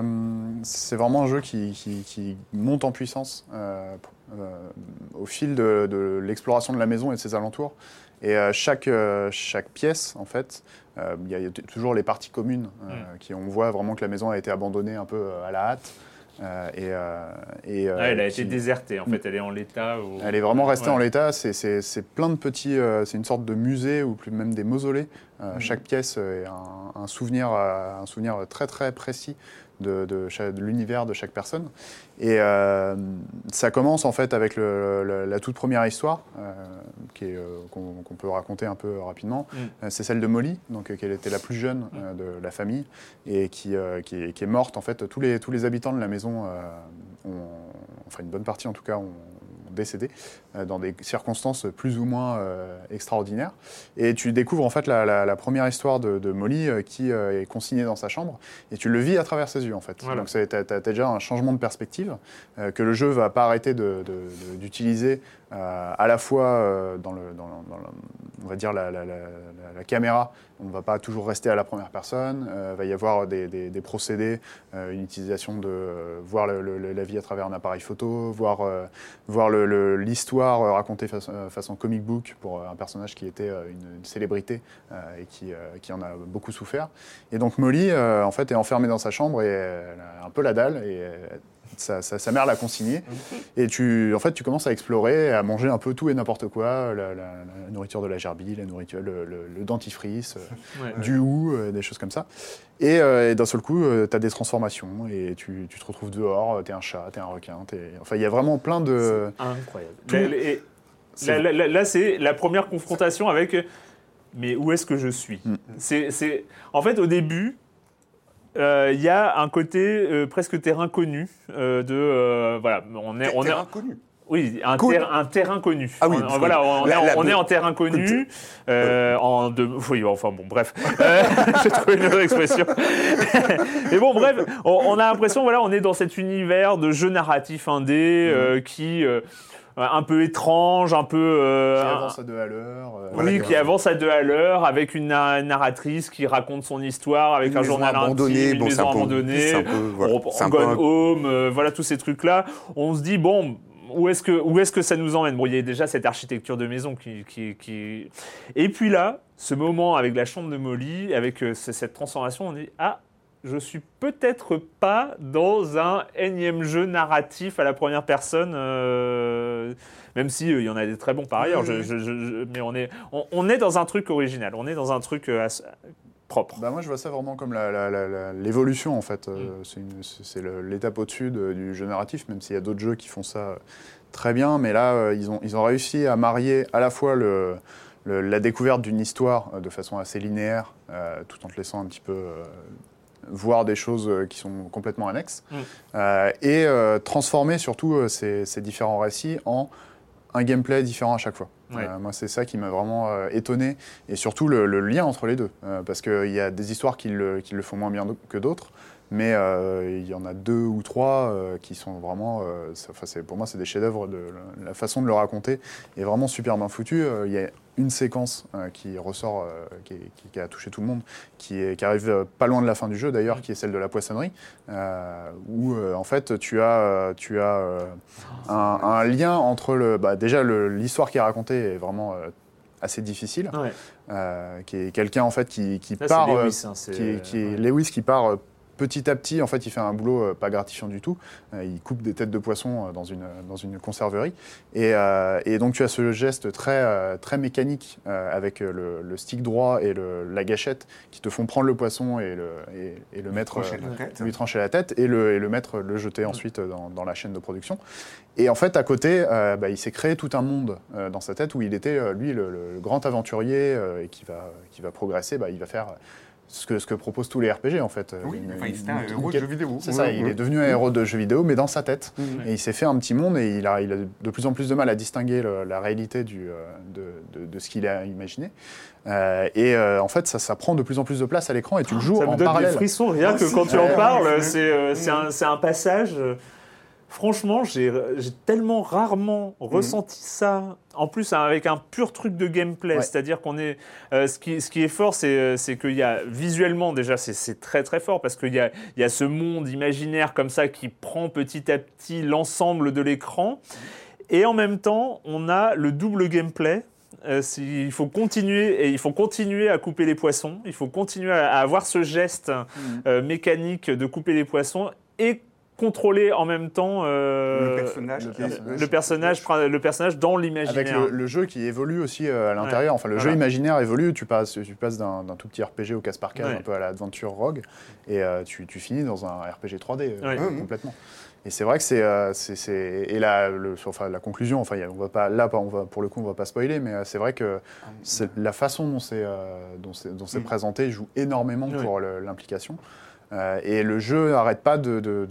un jeu qui monte en puissance au fil de l'exploration de la maison et de ses alentours. Et chaque pièce, en fait, il y a toujours les parties communes on voit vraiment que la maison a été abandonnée un peu à la hâte. Elle a été désertée, en fait, elle est en l'état. Elle est vraiment restée en l'état, c'est plein de petits... c'est une sorte de musée ou même des mausolées. Chaque pièce est un souvenir très très précis de l'univers de chaque personne. Et ça commence en fait avec la toute première histoire qu'on peut raconter un peu rapidement. C'est celle de Molly, donc qui était la plus jeune de la famille et qui est morte. En fait, tous les habitants de la maison enfin une bonne partie en tout cas, ont décédé dans des circonstances plus ou moins extraordinaires. Et tu découvres en fait la première histoire de Molly qui est consignée dans sa chambre et tu le vis à travers ses yeux en fait. Voilà. Donc t'as déjà un changement de perspective que le jeu va pas arrêter d'utiliser à la fois dans on va dire la caméra. On ne va pas toujours rester à la première personne. Va y avoir des procédés, une utilisation de voir la vie à travers un appareil photo, voir l'histoire racontée façon comic book pour un personnage qui était une célébrité et qui en a beaucoup souffert. Et donc Molly, en fait, est enfermée dans sa chambre et elle a un peu la dalle et sa mère l'a consignée. Et tu commences à explorer, à manger un peu tout et n'importe quoi, la nourriture de la gerbille, la nourriture, le dentifrice, du hou, des choses comme ça. Et d'un seul coup, tu as des transformations et tu te retrouves dehors, t'es un chat, t'es un requin, enfin il y a vraiment plein de... C'est incroyable. Là, c'est la première confrontation avec mais où est-ce que je suis ? En fait, au début, il y a un côté presque terrain connu voilà, terrain connu. Oui, un terrain connu. Ah oui, on est en terrain connu. Oui, enfin bon, bref. J'ai trouvé une autre expression. Mais bon, bref, on a l'impression, voilà, on est dans cet univers de jeu narratif indé qui... un peu étrange, un peu... qui avance à 2 à l'heure. Qui avance à 2 à l'heure, avec une narratrice qui raconte son histoire, avec un journal intime, une maison abandonnée, un gone home, voilà, tous ces trucs-là. On se dit, bon... Où est-ce que ça nous emmène ? Bon, il y a déjà cette architecture de maison qui... Et puis là, ce moment avec la chambre de Molly, avec cette transformation, on dit « Ah, je suis peut-être pas dans un énième jeu narratif à la première personne, même si il y en a des très bons par ailleurs, mais on est dans un truc original, on est dans un truc propre. Moi, je vois ça vraiment comme l'évolution, en fait. C'est l'étape au-dessus du jeu narratif, même s'il y a d'autres jeux qui font ça très bien. Mais là, ils ont réussi à marier à la fois la découverte d'une histoire de façon assez linéaire, tout en te laissant un petit peu voir des choses qui sont complètement annexes, et transformer surtout ces différents récits en un gameplay différent à chaque fois. Moi, c'est ça qui m'a vraiment étonné, et surtout le lien entre les deux, parce qu'il y a des histoires qui le font moins bien que d'autres, mais il y en a 2 ou 3 qui sont vraiment... pour moi, c'est des chefs-d'œuvre. La façon de le raconter est vraiment super bien foutue. Il y a une séquence qui ressort, qui a touché tout le monde, qui arrive pas loin de la fin du jeu d'ailleurs, qui est celle de la poissonnerie, où en fait tu as un lien entre déjà l'histoire qui est racontée est vraiment assez difficile, qui est quelqu'un en fait qui part, Lewis, Lewis qui part petit à petit, en fait, il fait un boulot pas gratifiant du tout. Il coupe des têtes de poisson dans une conserverie. Et donc, tu as ce geste très mécanique avec le stick droit et la gâchette qui te font prendre le poisson et le mettre, lui trancher la tête et le mettre, le jeter ensuite dans la chaîne de production. Et en fait, à côté, il s'est créé tout un monde dans sa tête où il était, lui, le grand aventurier et qui va progresser. Il va faire ce que proposent tous les RPG, en fait. C'était un héros de jeu vidéo. C'est ça, il est devenu un héros de jeu vidéo, mais dans sa tête. Et il s'est fait un petit monde et il a de plus en plus de mal à distinguer la réalité de ce qu'il a imaginé. En fait, ça prend de plus en plus de place à l'écran et tu le joues en parallèle. Ça me donne des frissons, rien que quand tu en parles. C'est un passage... Franchement, j'ai tellement rarement ressenti ça. En plus, avec un pur truc de gameplay, c'est-à-dire qu'on est. Ce qui est fort, c'est qu'il y a visuellement déjà, c'est très très fort parce qu'il y a ce monde imaginaire comme ça qui prend petit à petit l'ensemble de l'écran, et en même temps, on a le double gameplay. Il faut continuer à couper les poissons. Il faut continuer à avoir ce geste mécanique de couper les poissons et contrôler en même temps le personnage dans l'imaginaire. Avec le jeu qui évolue aussi à l'intérieur. Enfin, le jeu imaginaire évolue. Tu passes d'un tout petit RPG au casse par case, un peu à l'Adventure Rogue, et tu finis dans un RPG 3D complètement. Et c'est vrai que et la conclusion. Enfin, on va pas pour le coup, on va pas spoiler, mais c'est vrai que la façon dont c'est présenté joue énormément pour l'implication. Et le jeu n'arrête pas de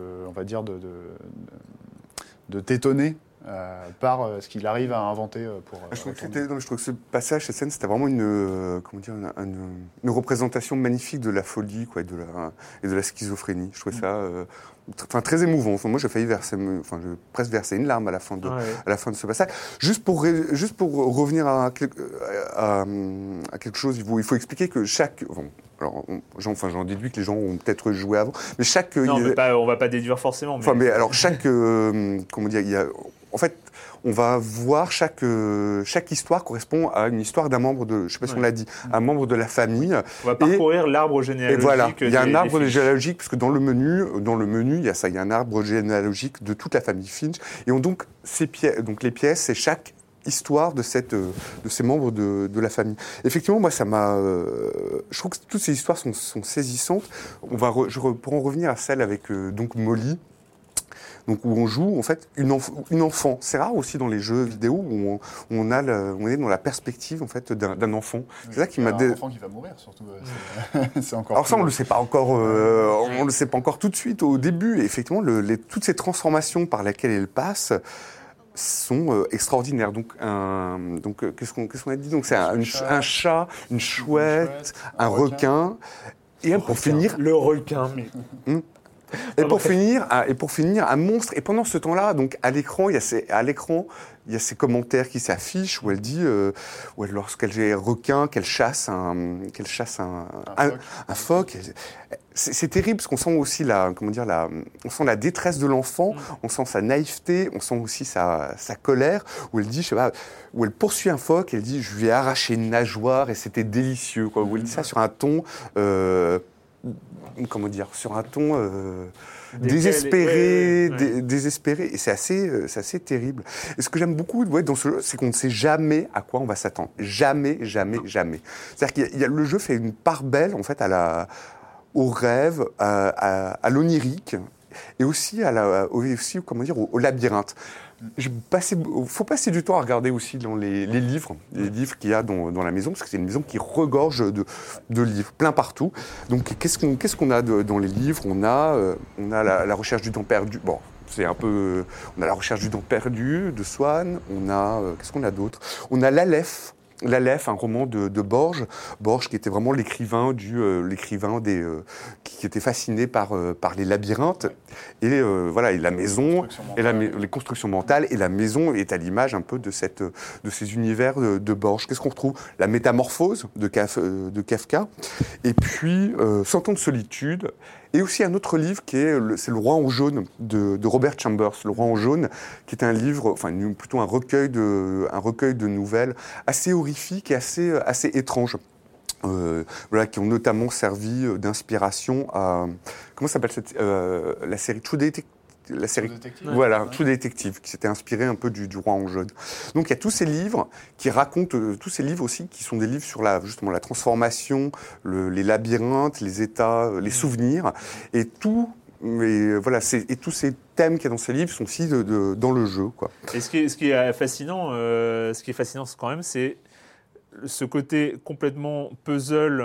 t'étonner par ce qu'il arrive à inventer pour. Je trouve que ce passage, cette scène, c'était vraiment une représentation magnifique de la folie, quoi, et de la schizophrénie. Je trouvais ça très émouvant. Enfin, moi, j'ai presque versé une larme à la fin de ce passage. Juste pour revenir à quelque chose, il faut expliquer que chaque. Alors, j'en déduis que les gens ont peut-être joué avant, mais chaque. On va pas déduire forcément. Mais alors chaque, en fait, on va voir chaque histoire correspond à une histoire d'un membre de, je sais pas si on l'a dit, un membre de la famille. On va parcourir l'arbre généalogique. Et voilà, il y a un arbre généalogique parce que dans le menu, il y a ça, il y a un arbre généalogique de toute la famille Finch. Et donc les pièces, c'est chaque histoire de ces membres de la famille. Effectivement, moi, je trouve que toutes ces histoires sont saisissantes. Je pourrais en revenir à celle avec donc Molly. Donc où on joue en fait une enfant. C'est rare aussi dans les jeux vidéo où on est dans la perspective en fait d'un enfant. C'est ça qui m'a. Un enfant qui va mourir surtout. C'est encore. Alors ça on le sait pas encore. On le sait pas encore tout de suite au début. Et effectivement, toutes ces transformations par lesquelles elle passe sont extraordinaires. Donc qu'est-ce qu'on a dit? Donc c'est un chat, une chouette, un requin. Et pour finir, le requin. Et pour finir, un monstre. Et pendant ce temps-là, donc à l'écran, il y a ces commentaires qui s'affichent où elle dit, lorsqu'elle est requin, qu'elle chasse un phoque. C'est terrible parce qu'on sent aussi on sent la détresse de l'enfant, on sent sa naïveté, on sent aussi sa colère. Où elle dit, où elle poursuit un phoque, elle dit, je lui ai arraché une nageoire et c'était délicieux. Quoi. Où elle dit ça sur un ton. Sur un ton désespéré, et c'est assez terrible. Et ce que j'aime beaucoup dans ce jeu, c'est qu'on ne sait jamais à quoi on va s'attendre. Jamais. C'est-à-dire que le jeu fait une part belle en fait au rêve, à l'onirique, et aussi au labyrinthe. Il faut passer du temps à regarder aussi dans les livres qu'il y a dans la maison, parce que c'est une maison qui regorge de livres, plein partout. Donc qu'est-ce qu'on a dans les livres? On a la recherche du temps perdu. Bon, c'est un peu. On a la recherche du temps perdu de Swann. On a qu'est-ce qu'on a d'autre? On a l'Aleph. L'Aleph, un roman de Borges qui était vraiment l'écrivain qui était fasciné par les labyrinthes et et la maison et les constructions mentales, et la maison est à l'image un peu de ces univers de Borges. Qu'est-ce qu'on retrouve? La métamorphose de Kafka, et puis 100 ans de solitude. Et aussi un autre livre c'est Le Roi en jaune de Robert Chambers. Le Roi en jaune, qui est un livre, plutôt un recueil de nouvelles assez horrifique et assez étrange. voilà, qui ont notamment servi d'inspiration à... Comment s'appelle la série True Detective? La série, voilà, True Detective, qui s'était inspiré un peu du Roi en jaune. Donc il y a tous ces livres qui racontent, tous ces livres aussi, qui sont des livres sur justement la transformation, les labyrinthes, les états, les souvenirs, et tout. Mais voilà, et tous ces thèmes qu'il y a dans ces livres sont aussi dans le jeu, quoi. Et ce qui est fascinant, quand même, c'est ce côté complètement puzzle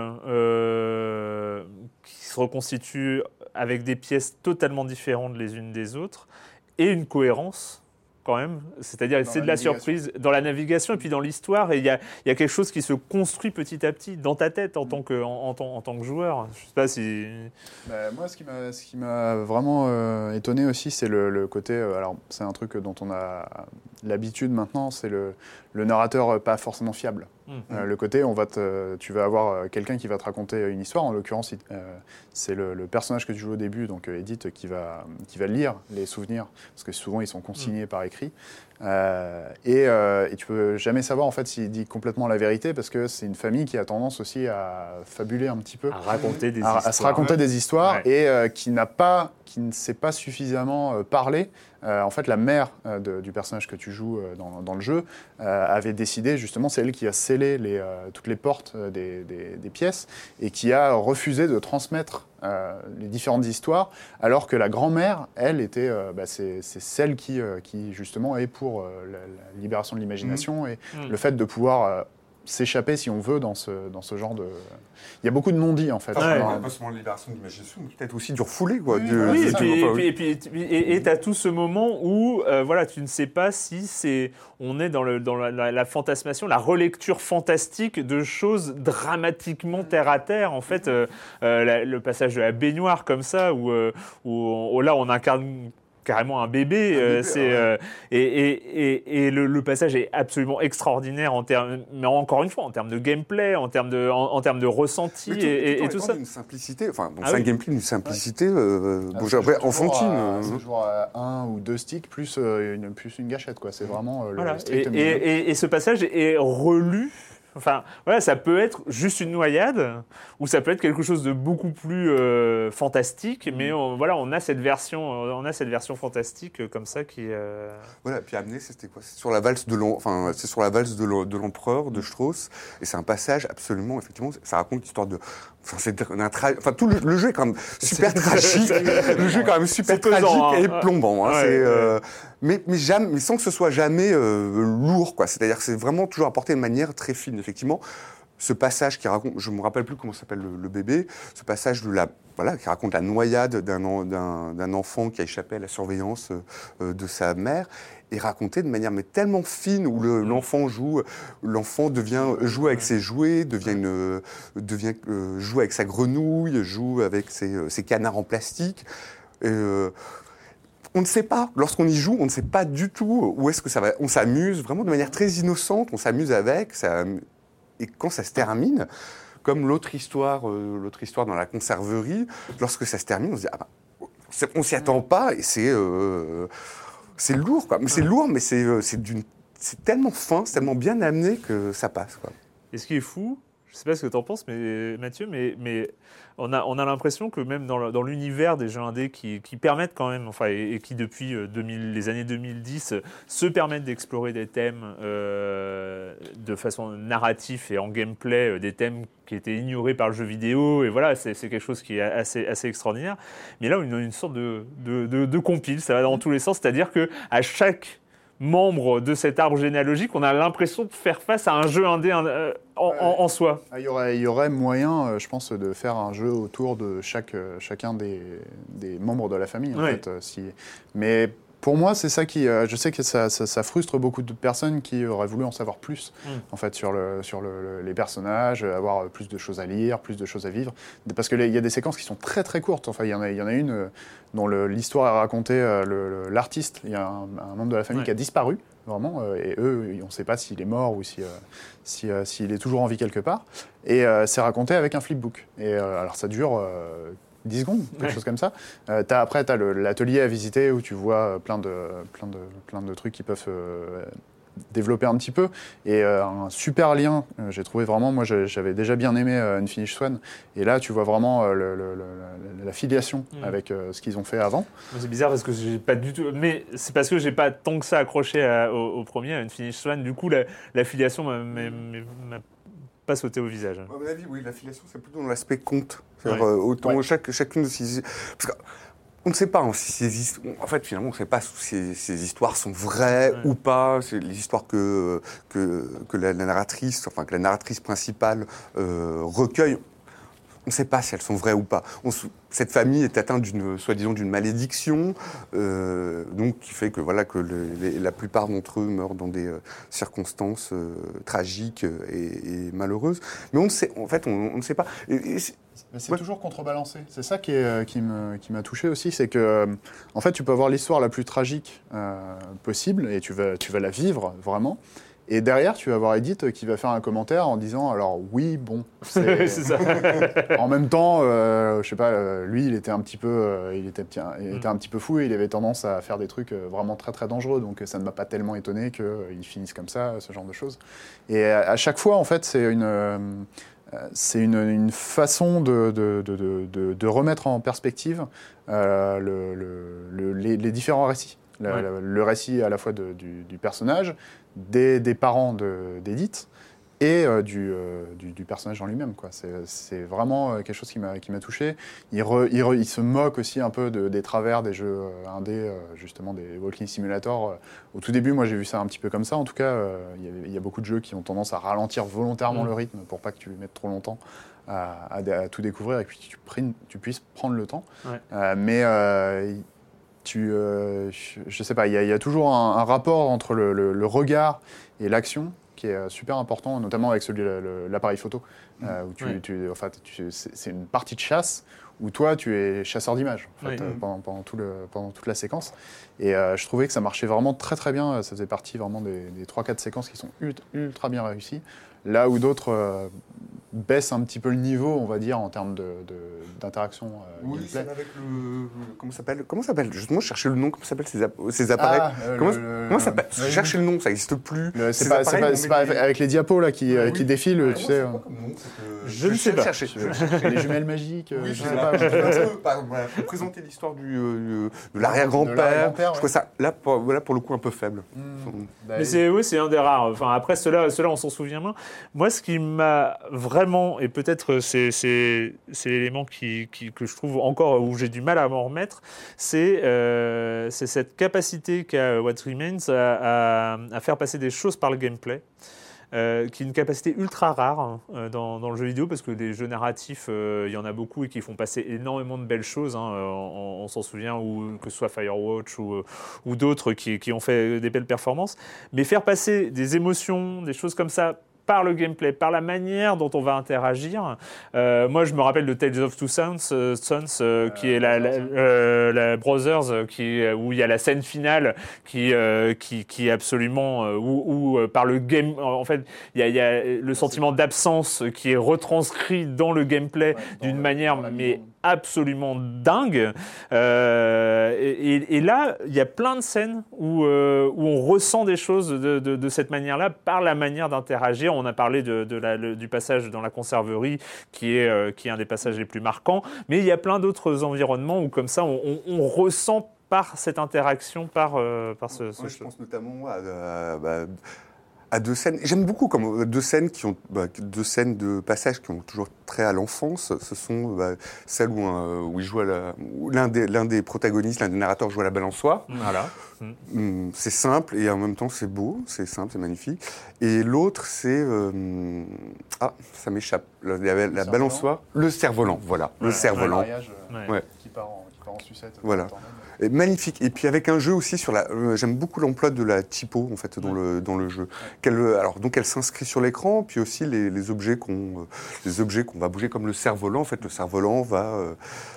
qui se reconstitue avec des pièces totalement différentes les unes des autres et une cohérence quand même, c'est-à-dire c'est de la surprise dans la navigation et puis dans l'histoire, et il y a quelque chose qui se construit petit à petit dans ta tête en tant que joueur. Je sais pas si... moi, ce qui m'a vraiment étonné aussi, c'est le côté... alors, c'est un truc dont on a l'habitude maintenant, c'est le narrateur pas forcément fiable. Le côté, tu vas avoir quelqu'un qui va te raconter une histoire. En l'occurrence, c'est le personnage que tu joues au début, donc Edith, qui va lire les souvenirs, parce que souvent ils sont consignés par écrit. Et tu peux jamais savoir en fait s'il dit complètement la vérité, parce que c'est une famille qui a tendance aussi à fabuler un petit peu, à se raconter des histoires, et qui ne sait pas suffisamment parler. En fait, la mère du personnage que tu joues dans le jeu avait décidé, justement, c'est elle qui a scellé toutes les portes des pièces et qui a refusé de transmettre les différentes histoires, alors que la grand-mère, elle, était, c'est celle qui justement est pour la libération de l'imagination et le fait de pouvoir s'échapper, si on veut, dans ce genre de... Il y a beaucoup de non-dits, en fait. Pas seulement la libération de l'imagination, mais peut-être aussi du refoulé, quoi. Et tu as tout ce moment où voilà, tu ne sais pas si on est dans la fantasmation, la relecture fantastique de choses dramatiquement terre-à-terre. En fait, le passage de la baignoire comme ça, où là, on incarne carrément un bébé, et le passage est absolument extraordinaire mais encore une fois en termes de gameplay, en termes de ressenti et tout ça. Une simplicité, c'est un gameplay d'une simplicité enfantine. C'est toujours à 1 ou 2 sticks plus une gâchette, quoi. C'est vraiment le strict minimum. Et ce passage est relu. Enfin, voilà, ça peut être juste une noyade, ou ça peut être quelque chose de beaucoup plus fantastique, mais on a cette version fantastique comme ça qui. Voilà, puis amené, c'était quoi? C'est sur la valse de l'empereur de Strauss, et c'est un passage absolument, effectivement, ça raconte l'histoire de. Tout le jeu est quand même super tragique. Le jeu est quand même super tragique et plombant. Mais sans que ce soit jamais lourd, quoi. C'est-à-dire que c'est vraiment toujours apporté de manière très fine, effectivement. Ce passage qui raconte, je me rappelle plus comment s'appelle le bébé, ce passage qui raconte la noyade d'un enfant qui a échappé à la surveillance de sa mère, est raconté de manière tellement fine, où l'enfant joue avec ses jouets, joue avec sa grenouille, joue avec ses canards en plastique. On ne sait pas, lorsqu'on y joue, on ne sait pas du tout où est-ce que ça va. On s'amuse vraiment de manière très innocente, on s'amuse avec, et quand ça se termine, comme l'autre histoire dans la conserverie, lorsque ça se termine, on se dit on s'y attend pas, et c'est lourd, quoi. Mais c'est lourd, mais c'est tellement fin, c'est tellement bien amené que ça passe, quoi. Et ce qui est fou, je ne sais pas ce que tu en penses, Mathieu, mais on a l'impression que même dans l'univers des jeux indés qui permettent quand même, et qui depuis les années 2010 se permettent d'explorer des thèmes de façon narrative et en gameplay, des thèmes qui étaient ignorés par le jeu vidéo, et voilà, c'est quelque chose qui est assez extraordinaire. Mais là, on a une sorte de compile, ça va dans tous les sens, c'est-à-dire qu'à chaque membre de cet arbre généalogique, on a l'impression de faire face à un jeu indé en soi. Il y aurait moyen, je pense, de faire un jeu autour de chacun des membres de la famille, en fait. Mais pour moi, c'est ça qui... je sais que ça frustre beaucoup de personnes qui auraient voulu en savoir plus, en fait, sur les personnages, avoir plus de choses à lire, plus de choses à vivre. Parce qu'il y a des séquences qui sont très très courtes. Enfin, il y en a une dont l'histoire est racontée, l'artiste, il y a un membre de la famille qui a disparu, vraiment, et on ne sait pas s'il est mort ou s'il est toujours en vie quelque part. Et c'est raconté avec un flipbook. Et alors ça dure 10 secondes, quelque chose comme ça. Après, tu as l'atelier à visiter où tu vois plein de trucs qui peuvent développer un petit peu. Et un super lien, j'ai trouvé vraiment, moi j'avais déjà bien aimé Unfinished Swan, et là tu vois vraiment la filiation avec ce qu'ils ont fait avant. C'est bizarre parce que j'ai pas du tout, mais c'est parce que j'ai pas tant que ça accroché au premier, à Unfinished Swan, du coup la filiation m'a pas sauté au visage. À mon avis, oui, l'affiliation, c'est plutôt dans l'aspect conte. C'est-à-dire, autant chacune de ces... Parce qu'on ne sait pas si en fait, finalement, on ne sait pas si ces histoires sont vraies ou pas. C'est les histoires que la narratrice, enfin, que la narratrice principale recueille. On ne sait pas si elles sont vraies ou pas. Cette famille est atteinte soi-disant d'une malédiction, donc qui fait que la plupart d'entre eux meurent dans des circonstances tragiques et malheureuses. Mais on ne sait pas. Mais c'est toujours contrebalancé. C'est ça qui m'a touché aussi, c'est que en fait tu peux avoir l'histoire la plus tragique possible et tu vas la vivre vraiment. Et derrière, tu vas avoir Edith qui va faire un commentaire en disant alors oui, bon, c'est ça. En même temps, je sais pas, lui, il était un petit peu, il était un petit peu fou et il avait tendance à faire des trucs vraiment très très dangereux. Donc ça ne m'a pas tellement étonné qu'il finisse comme ça, ce genre de choses. Et à chaque fois, en fait, c'est une façon de remettre en perspective les différents récits. Le récit à la fois du personnage, des parents d'Edith et du personnage en lui-même, quoi. C'est vraiment quelque chose qui m'a touché. Il se moque aussi un peu des travers des jeux indés, justement des Walking Simulator. Au tout début, moi j'ai vu ça un petit peu comme ça. En tout cas, il y a beaucoup de jeux qui ont tendance à ralentir volontairement le rythme pour pas que tu mettes trop longtemps à tout découvrir et que tu puisses prendre le temps. Je sais pas, il y a toujours un rapport entre le regard et l'action qui est super important, notamment avec l'appareil photo, où c'est une partie de chasse où toi tu es chasseur d'images en fait, pendant toute la séquence. Et je trouvais que ça marchait vraiment très très bien. Ça faisait partie vraiment des 3-4 séquences qui sont ultra bien réussies. Là où d'autres baissent un petit peu le niveau, on va dire, en termes d'interaction. Oui, c'est avec comment s'appelle justement, je cherchais le nom, comment s'appellent ces appareils. Comment ça s'appelle? Je cherchais le nom, ça n'existe plus. C'est pas avec les diapos là qui défilent, tu sais. Je ne sais pas. Les jumelles magiques, je sais pas. Pour présenter l'histoire de l'arrière-grand-père, je trouve ça, là, pour le coup, un peu faible. Mais c'est un des rares. Enfin, après, ceux-là, on s'en souvient moins. Moi, ce qui m'a vraiment, et peut-être c'est l'élément que je trouve encore où j'ai du mal à m'en remettre, c'est cette capacité qu'a What Remains à faire passer des choses par le gameplay. Qui est une capacité ultra rare dans le jeu vidéo, parce que des jeux narratifs, il y en a beaucoup et qui font passer énormément de belles choses. On s'en souvient, que ce soit Firewatch ou d'autres qui ont fait des belles performances. Mais faire passer des émotions, des choses comme ça, par le gameplay, par la manière dont on va interagir. Moi, je me rappelle de Tales of Two Sons, qui est la Brothers, où il y a la scène finale qui est absolument où par le game, en fait, il y a le sentiment d'absence qui est retranscrit dans le gameplay d'une manière mais absolument dingue. Et là, il y a plein de scènes où on ressent des choses de cette manière-là par la manière d'interagir. On a parlé du passage dans la conserverie qui est un des passages les plus marquants, mais il y a plein d'autres environnements où comme ça on ressent par cette interaction, par ce je pense notamment à deux scènes. J'aime beaucoup comme deux scènes deux scènes de passage qui ont toujours trait à l'enfance. Ce sont celles où il joue où l'un des protagonistes, l'un des narrateurs joue à la balançoire. Voilà. C'est simple et en même temps c'est beau, c'est simple, c'est magnifique. Et l'autre c'est ça m'échappe. La balançoire, le cerf-volant. Voilà, le cerf-volant. Qui part en sucette. Voilà. Et magnifique. Et puis avec un jeu aussi sur j'aime beaucoup l'emploi de la typo en fait dans le jeu. Donc elle s'inscrit sur l'écran, puis aussi les objets qu'on va bouger comme le cerf-volant. En fait, le cerf-volant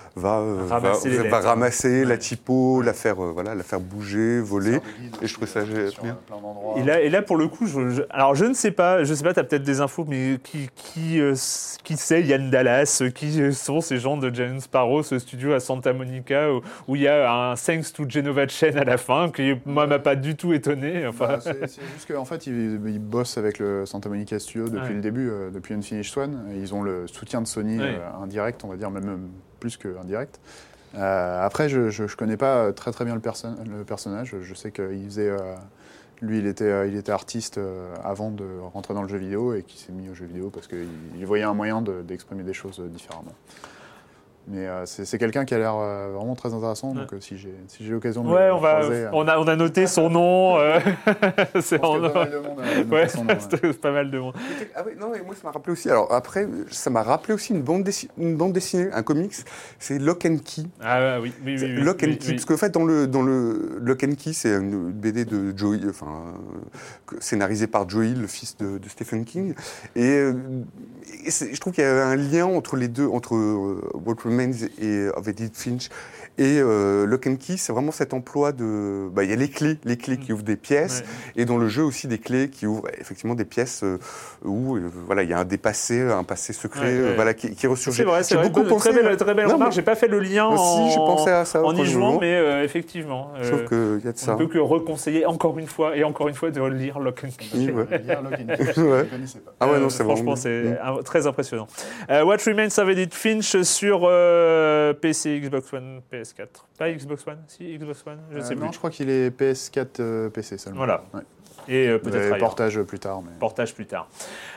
va ramasser la typo, la faire bouger, voler. Et je trouve ça bien. Et là, pour le coup, alors je ne sais pas, tu as peut-être des infos, mais qui c'est Yann Dallas, qui sont ces gens de James Sparrow, ce studio à Santa Monica, où il y a un Thanks to Genova Chen à la fin, qui moi m'a pas du tout étonné. Enfin... c'est juste qu'en fait, ils bossent avec le Santa Monica Studio depuis le début, depuis Unfinished Swan. Ils ont le soutien de Sony indirect, on va dire, même plus qu'indirect. Après, je connais pas très bien le personnage. Je sais qu'il faisait... lui, il était artiste avant de rentrer dans le jeu vidéo et qui s'est mis au jeu vidéo parce qu'il voyait un moyen d'exprimer des choses différemment. Mais c'est quelqu'un qui a l'air vraiment très intéressant, donc si j'ai l'occasion de le croiser... on a noté son nom. C'est pas mal de monde a noté son nom. C'est pas mal de monde. Ah oui, non, et moi ça m'a rappelé aussi... Alors après, ça m'a rappelé aussi une bande dessinée, un comics, c'est Lock and Key. Ah oui. Lock and Key, parce qu'en fait, dans le Lock and Key, c'est une BD de Joey, scénarisée par Joey, le fils de Stephen King. Et je trouve qu'il y a un lien entre les deux, entre What Remains et of Edith Finch et Lock and Key, c'est vraiment cet emploi de... il y a les clés qui ouvrent des pièces, et dans le jeu aussi des clés qui ouvrent effectivement des pièces où il y a un passé secret qui ressurgit. C'est vrai, beaucoup pensé... Très belle remarque, j'ai pas fait le lien aussi, j'ai pensé à ça, en y jouant, mais effectivement, je trouve qu'il y a de ça. On ne peut que reconseiller encore une fois de lire Lock and Key. Lire Lock and Key, je ne connaissais pas. Ah ouais, non, c'est franchement, c'est très impressionnant. What Remains of Edith Finch sur PC, Xbox One, PS4. Pas Xbox One? Si, Xbox One, je ne sais plus. Non, je crois qu'il est PS4 PC seulement. Voilà. Ouais. Et peut-être portage plus tard. Portage plus tard.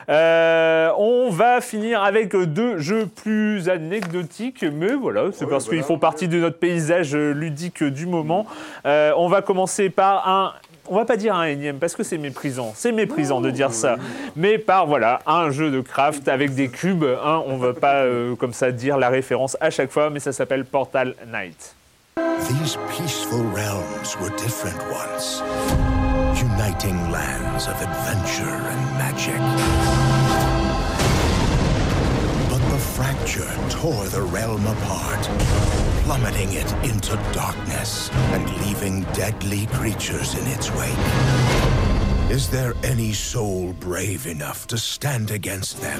On va finir avec deux jeux plus anecdotiques, mais voilà, c'est parce qu'ils font partie de notre paysage ludique du moment. On va commencer par on va pas dire un énième parce que c'est méprisant de dire ça, mais par un jeu de craft avec des cubes. On va pas comme ça dire la référence à chaque fois, mais ça s'appelle Portal Knight. These peaceful realms were different once, uniting lands of adventure and magic. But the fracture tore the realm apart, plummeting it into darkness and leaving deadly creatures in its wake. Is there any soul brave enough to stand against them?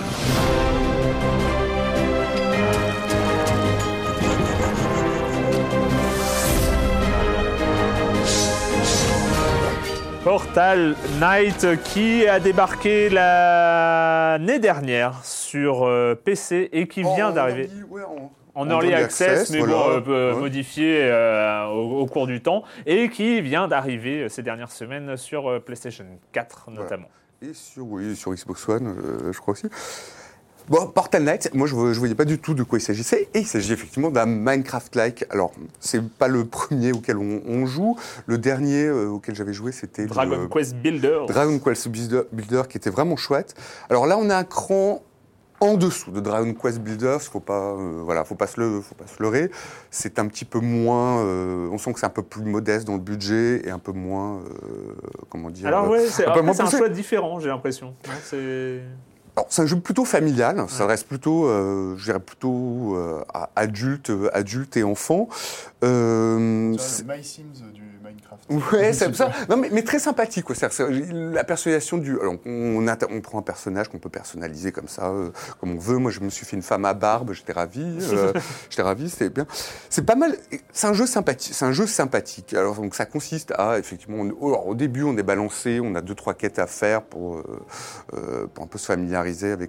Portal Knight qui a débarqué l'année dernière sur PC et qui vient d'arriver en early access, mais modifié au cours du temps, et qui vient d'arriver ces dernières semaines sur PlayStation 4 notamment. Et sur Xbox One, je crois aussi. Bon, Portal Knight, moi je voyais pas du tout de quoi il s'agissait, et il s'agit effectivement d'un Minecraft-like. Alors, c'est pas le premier auquel on joue, le dernier auquel j'avais joué c'était Dragon Quest Builder. Dragon Quest Builder qui était vraiment chouette. Alors là, on a un cran en dessous de Dragon Quest Builders, faut pas se leurrer. C'est un petit peu moins, on sent que c'est un peu plus modeste dans le budget et un peu moins, comment dire. Alors c'est un choix différent, j'ai l'impression. Alors, c'est un jeu plutôt familial, ça reste plutôt, je dirais plutôt adulte et enfant. Le My Sims du Minecraft. Ouais, c'est ça. Non, mais très sympathique, quoi. La personnalisation du. Alors, on prend un personnage qu'on peut personnaliser comme ça, comme on veut. Moi, je me suis fait une femme à barbe, j'étais ravi. C'était bien. C'est pas mal. C'est un jeu sympathique. Alors, donc, ça consiste à, effectivement, au début, on est balancé, on a 2-3 quêtes à faire pour un peu se familiariser avec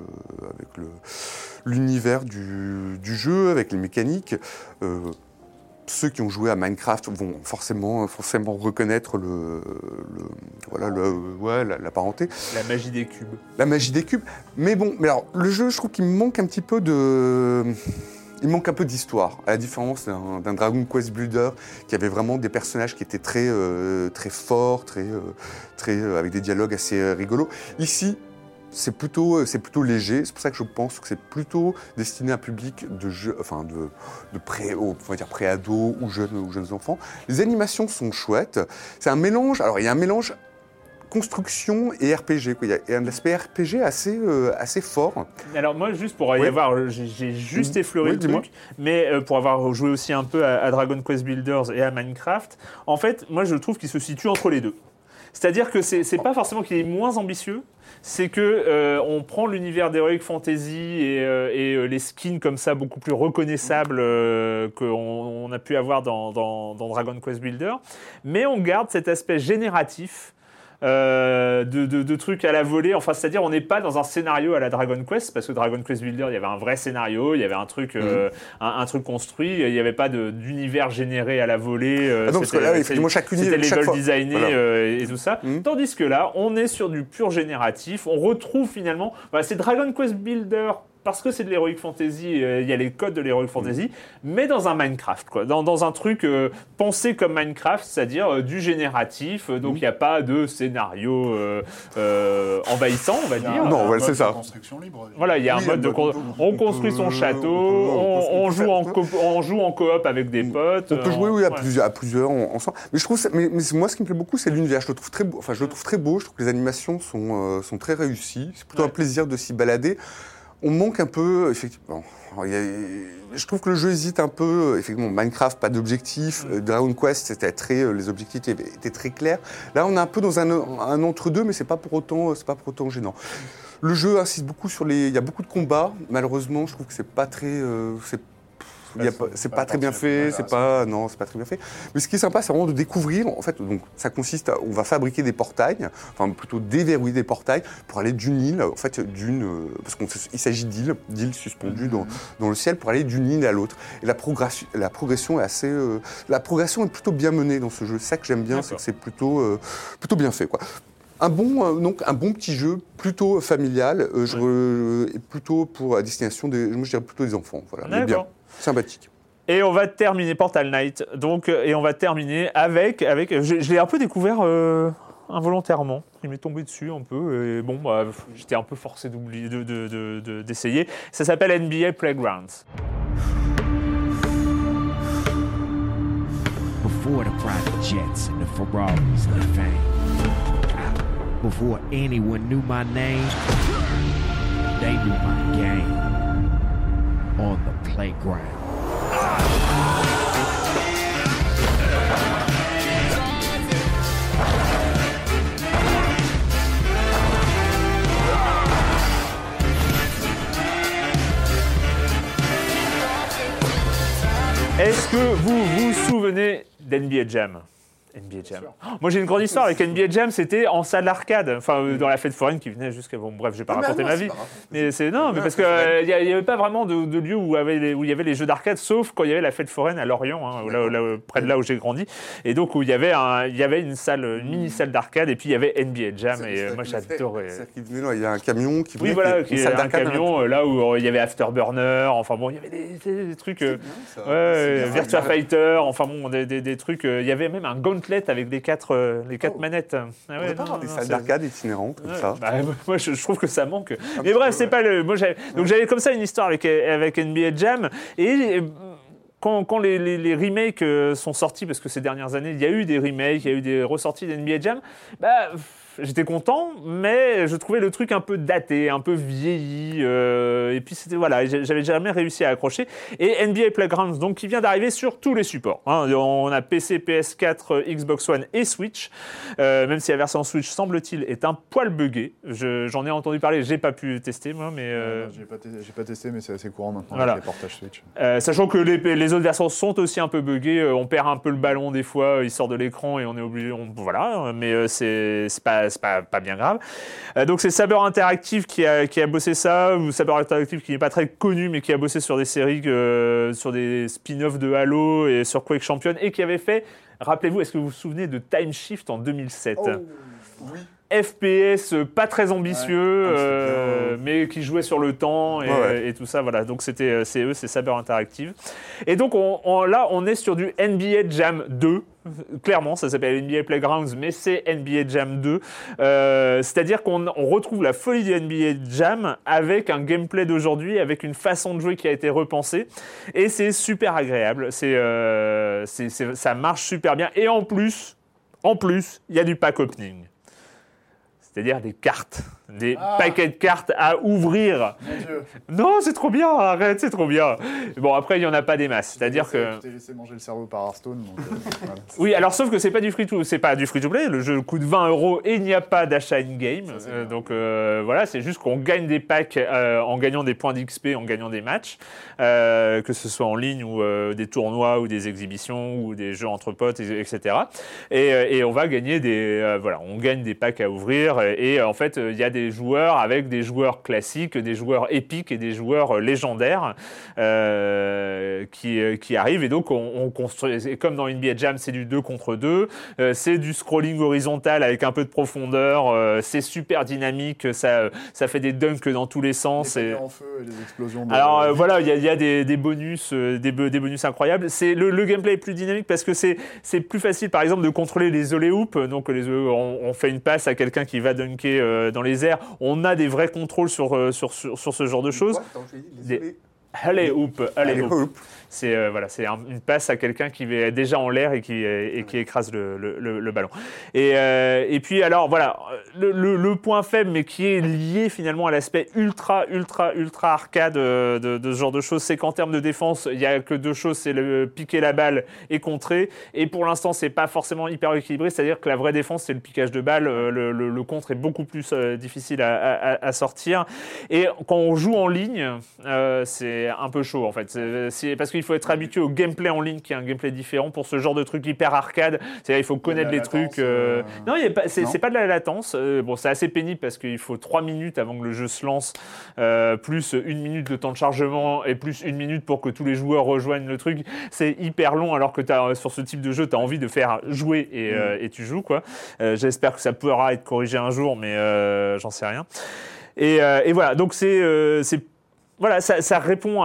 l'univers du jeu, avec les mécaniques. Ceux qui ont joué à Minecraft vont forcément reconnaître la parenté. La magie des cubes. La magie des cubes. Mais bon, alors le jeu, je trouve qu'il manque un petit peu il manque un peu d'histoire, à la différence d'un Dragon Quest Builder qui avait vraiment des personnages qui étaient très forts, avec des dialogues assez rigolos. Ici, c'est plutôt léger. C'est pour ça que je pense que c'est plutôt destiné à un public pré-ado ou jeunes enfants. Les animations sont chouettes. C'est un mélange. Alors il y a un mélange construction et RPG, quoi. Il y a un aspect RPG assez fort. Alors moi, juste pour y avoir, j'ai juste effleuré le truc, mais pour avoir joué aussi un peu à Dragon Quest Builders et à Minecraft, en fait, moi je trouve qu'il se situe entre les deux. C'est-à-dire que c'est pas forcément qu'il est moins ambitieux, c'est que on prend l'univers d'Heroic Fantasy et les skins comme ça beaucoup plus reconnaissables qu'on a pu avoir dans Dragon Quest Builder, mais on garde cet aspect génératif de trucs à la volée. Enfin, c'est-à-dire, on n'est pas dans un scénario à la Dragon Quest, parce que Dragon Quest Builder, il y avait un vrai scénario, il y avait un truc, un truc construit, il n'y avait pas d'univers généré à la volée. Non, parce que là, effectivement, chaque univers, c'était chaque level fois, designé voilà. Et tout ça. Tandis que là, on est sur du pur génératif. On retrouve finalement, voilà, c'est Dragon Quest Builder. Parce que c'est de l'Heroic Fantasy, il y a les codes de l'Heroic Fantasy, mais dans un Minecraft, quoi. Dans un truc pensé comme Minecraft, c'est-à-dire du génératif, donc il n'y a pas de scénario envahissant, on va dire. Non, ouais, c'est ça. Construction libre. Voilà, il y a un mode de on construit son château, on joue en coop avec des potes. On peut jouer à plusieurs ensemble. Mais je trouve, mais moi, ce qui me plaît beaucoup, c'est l'univers. Je le trouve très beau. Enfin, je le trouve très beau. Je trouve que les animations sont très réussies. C'est plutôt un plaisir de s'y balader. On manque un peu, effectivement. Je trouve que le jeu hésite un peu. Effectivement, Minecraft, pas d'objectif. Dragon Quest, les objectifs étaient très clairs. Là, on est un peu dans un entre-deux, mais c'est pas pour autant gênant. Le jeu insiste beaucoup il y a beaucoup de combats. Malheureusement, je trouve que c'est pas très. C'est pas très bien fait, c'est pas très bien fait. Mais ce qui est sympa, c'est vraiment de découvrir. En fait, donc ça consiste on va fabriquer des portails, enfin plutôt déverrouiller des portails pour aller d'une île, en fait parce qu'il s'agit d'îles suspendues dans le ciel pour aller d'une île à l'autre. Et la progression est assez, la progression est plutôt bien menée dans ce jeu. C'est ça que j'aime bien, c'est que c'est plutôt bien fait, quoi. Un bon petit jeu, plutôt familial, plutôt pour à destination je dirais plutôt des enfants. Voilà, mais bien, sympathique. Et on va terminer Portal Knight, et on va terminer avec je l'ai un peu découvert involontairement. Il m'est tombé dessus un peu, et bon, j'étais un peu forcé d'essayer. Ça s'appelle NBA Playgrounds. Before the private jets and the Ferraris and the fame. Before anyone knew my name, they knew my game on the playground. Est-ce que vous vous souvenez d'NBA Jam ? NBA Jam. Moi, j'ai une grande histoire avec NBA Jam, c'était en salle d'arcade, dans la fête foraine qui venait jusqu'à... Bon, bref, je vais pas raconter ma vie. Mais c'est... Non, mais parce qu'il n'y avait pas vraiment de lieu où il y avait les jeux d'arcade, sauf quand il y avait la fête foraine à Lorient, près de là où j'ai grandi. Et donc, où il y avait une mini-salle d'arcade, et puis il y avait NBA Jam, et moi, j'adorais. Il y a un camion qui venait... Oui, voilà, il y a un camion, là où il y avait Afterburner, enfin bon, il y avait des trucs... Virtua Fighter, enfin bon, des trucs... Il y avait même un Gauntlet avec les quatre manettes. Ah ouais, des salles d'arcade itinérantes comme ça. Moi, je trouve que ça manque. Mais bref, c'est pas le. Moi, j'avais comme ça une histoire avec NBA Jam, et quand les remakes sont sortis, parce que ces dernières années, il y a eu des remakes, il y a eu des ressorties d'NBA Jam, j'étais content, mais je trouvais le truc un peu daté, un peu vieilli, et puis j'avais jamais réussi à accrocher. Et NBA Playgrounds, donc, qui vient d'arriver sur tous les supports. On a PC, PS4, Xbox One et Switch, même si la version Switch, semble-t-il, est un poil buggée. J'en ai entendu parler, j'ai pas pu tester, moi, mais... J'ai pas testé, mais c'est assez courant maintenant, voilà. avec les portages Switch. Sachant que les autres versions sont aussi un peu buggées, on perd un peu le ballon des fois, il sort de l'écran et on est obligé... Voilà, mais c'est pas bien grave. Donc c'est Saber Interactive qui a bossé ça, ou Saber Interactive qui n'est pas très connu, mais qui a bossé sur des séries, sur des spin-offs de Halo et sur Quake Champion, et qui avait fait, rappelez-vous, est-ce que vous vous souvenez de Time Shift en 2007 ? Oui. FPS pas très ambitieux, mais qui jouait sur le temps et tout ça. Voilà. Donc c'est eux, c'est Saber Interactive. Et donc là, on est sur du NBA Jam 2. Clairement, ça s'appelle NBA Playgrounds, mais c'est NBA Jam 2. C'est-à-dire qu'on retrouve la folie du NBA Jam avec un gameplay d'aujourd'hui, avec une façon de jouer qui a été repensée. Et c'est super agréable. Ça marche super bien. Et en plus, il y a du pack opening. c'est-à-dire des cartes, des paquets de cartes à ouvrir. Mon Dieu. Non, c'est trop bien, arrête, c'est trop bien. Bon, après, il n'y en a pas des masses, c'est-à-dire que... Tu t'es laissé manger le cerveau par Hearthstone. Donc, voilà. Oui, alors sauf que c'est pas du free-to-play, le jeu coûte 20 € et il n'y a pas d'achat in-game. Donc voilà, c'est juste qu'on gagne des packs en gagnant des points d'XP, en gagnant des matchs, que ce soit en ligne ou des tournois ou des exhibitions ou des jeux entre potes, etc. Et on va gagner on gagne des packs à ouvrir et en fait il y a des joueurs avec des joueurs classiques, des joueurs épiques et des joueurs légendaires qui arrivent et donc on construit, et comme dans NBA Jam c'est du 2 contre 2, c'est du scrolling horizontal avec un peu de profondeur, c'est super dynamique, ça fait des dunks dans tous les sens. Les en feu et les explosions. Alors voilà, il y a des bonus, des bonus incroyables. C'est le gameplay est plus dynamique parce que c'est plus facile par exemple de contrôler les alley-oops. Donc on fait une passe à quelqu'un qui va dunker dans les airs. On a des vrais contrôles sur ce genre de choses. Alley-oop. C'est une passe à quelqu'un qui est déjà en l'air et qui écrase le ballon. Et puis alors voilà, le point faible mais qui est lié finalement à l'aspect ultra arcade de ce genre de choses, c'est qu'en termes de défense, il y a que deux choses, c'est le piquer la balle et contrer. Et pour l'instant, c'est pas forcément hyper équilibré, c'est-à-dire que la vraie défense, c'est le piquage de balle. Le contre est beaucoup plus difficile à sortir. Et quand on joue en ligne, c'est un peu chaud en fait. C'est parce qu'il faut être habitué au gameplay en ligne qui est un gameplay différent pour ce genre de truc hyper arcade. C'est-à-dire il faut connaître les trucs. Non, c'est pas de la latence. Bon, c'est assez pénible parce qu'il faut 3 minutes avant que le jeu se lance, plus 1 minute de temps de chargement et plus 1 minute pour que tous les joueurs rejoignent le truc. C'est hyper long alors que sur ce type de jeu, tu as envie de faire jouer et tu joues, quoi. J'espère que ça pourra être corrigé un jour, mais j'en sais rien. Et voilà, donc voilà, ça répond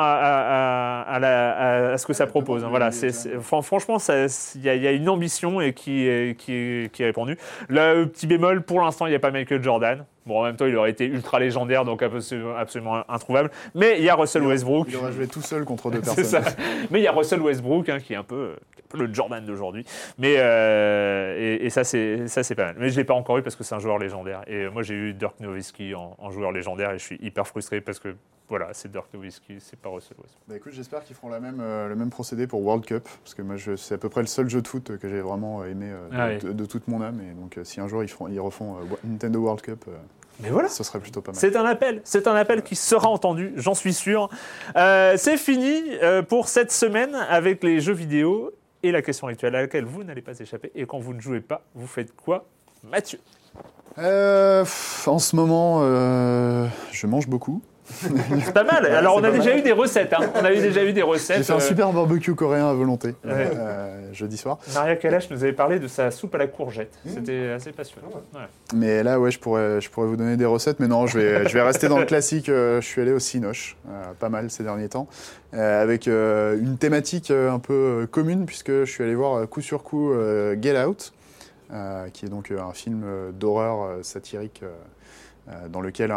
à ce que ça propose. Hein. Voilà, franchement, il y a une ambition et qui est répandue. Le petit bémol, pour l'instant, il n'y a pas Michael Jordan. Bon, en même temps, il aurait été ultra légendaire, donc absolument introuvable. Mais il y a Russell Westbrook. Il aurait joué tout seul contre 2 personnes. C'est ça. Mais il y a Russell Westbrook, hein, qui est un peu le Jordan d'aujourd'hui. Mais et ça, c'est pas mal. Mais je l'ai pas encore eu parce que c'est un joueur légendaire. Et moi, j'ai eu Dirk Nowitzki en joueur légendaire et je suis hyper frustré parce que voilà, c'est Dirk Nowitzki, c'est pas Russell Westbrook. Bah écoute, j'espère qu'ils feront le même procédé pour World Cup, parce que moi, c'est à peu près le seul jeu de foot que j'ai vraiment aimé de toute mon âme. Et donc, si un jour ils refont Nintendo World Cup. Mais voilà, ce serait plutôt pas mal. C'est un appel qui sera entendu, j'en suis sûr. C'est fini pour cette semaine avec les jeux vidéo et la question rituelle à laquelle vous n'allez pas échapper. Et quand vous ne jouez pas, vous faites quoi, Mathieu ? En ce moment, je mange beaucoup. C'est pas mal. Alors, on a déjà eu des recettes. Hein. J'ai fait un super barbecue coréen à volonté jeudi soir. Maria Kalash nous avait parlé de sa soupe à la courgette. C'était assez passionnant. Ouais. Mais là, je pourrais vous donner des recettes. Mais non, je vais rester dans le classique. Je suis allé au Cinoche, pas mal ces derniers temps, avec une thématique un peu commune, puisque je suis allé voir coup sur coup Get Out, qui est donc un film d'horreur satirique dans lequel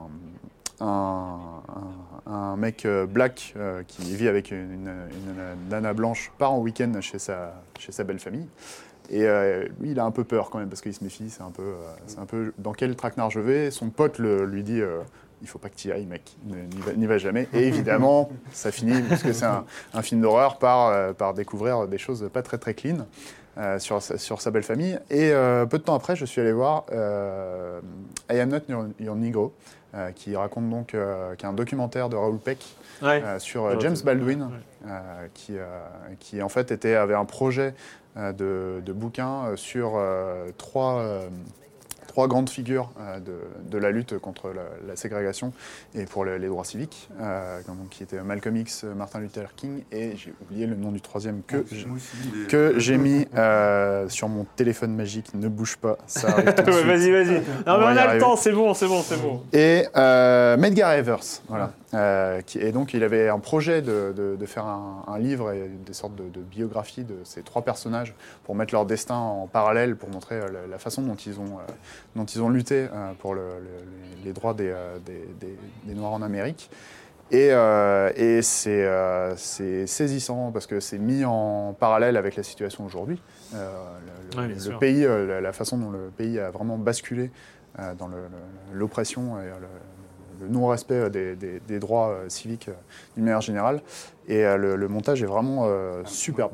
un mec black qui vit avec une nana blanche part en week-end chez sa belle famille. Et lui, il a un peu peur quand même parce qu'il se méfie. C'est un peu dans quel traquenard je vais. Son pote lui dit il faut pas que tu y ailles, mec, n'y va jamais. Et évidemment, ça finit, parce que c'est un film d'horreur, par découvrir des choses pas très très clean sur sa belle famille. Et peu de temps après, je suis allé voir I Am Not Your Negro, qui raconte donc, qui est un documentaire de Raoul Peck sur James Baldwin, qui en fait avait un projet de bouquin sur trois grandes figures de la lutte contre la ségrégation et pour les droits civiques, qui étaient Malcolm X, Martin Luther King, et j'ai oublié le nom du troisième que j'ai mis sur mon téléphone magique. Ne bouge pas, ça arrive tout de suite. Vas-y. Non, mais on a le temps, c'est bon. Et Medgar Evers, voilà. Et donc, il avait un projet de faire un livre et des sortes de biographies de ces 3 personnages pour mettre leur destin en parallèle, pour montrer la façon dont ils ont lutté pour les droits des Noirs en Amérique. Et c'est saisissant parce que c'est mis en parallèle avec la situation aujourd'hui. Le pays, la façon dont le pays a vraiment basculé dans l'oppression et le non-respect des droits civiques d'une manière générale. Et le montage est vraiment superbe.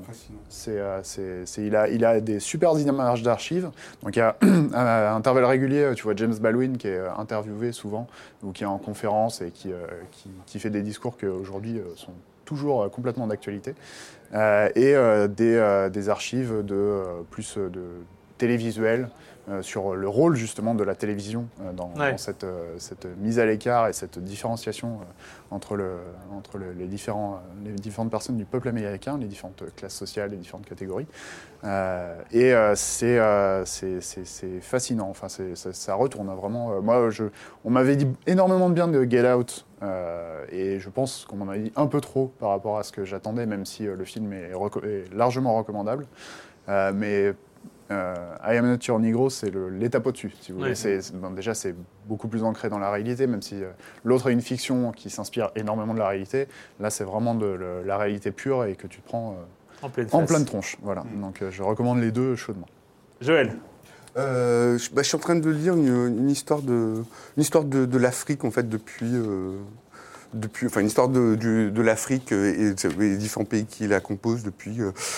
Il a des super images d'archives. Donc il y a à intervalles réguliers, tu vois James Baldwin qui est interviewé souvent, ou qui est en conférence et qui fait des discours qui aujourd'hui sont toujours complètement d'actualité. Et des archives plus de télévisuels, sur le rôle justement de la télévision dans cette mise à l'écart et cette différenciation entre les différentes personnes du peuple américain, les différentes classes sociales, les différentes catégories. C'est fascinant. Enfin, ça retourne vraiment. On m'avait dit énormément de bien de Get Out. Et je pense qu'on m'en a dit un peu trop par rapport à ce que j'attendais, même si le film est largement recommandable. Mais I Am Not Your Negro, c'est l'étape au-dessus, si vous voulez. Déjà, c'est beaucoup plus ancré dans la réalité, même si l'autre est une fiction qui s'inspire énormément de la réalité. Là, c'est vraiment de la réalité pure et que tu prends en pleine tronche. Voilà. Donc, je recommande les deux chaudement. Joël. Je suis en train de lire une histoire de l'Afrique, en fait, depuis une histoire de l'Afrique et des différents pays qui la composent depuis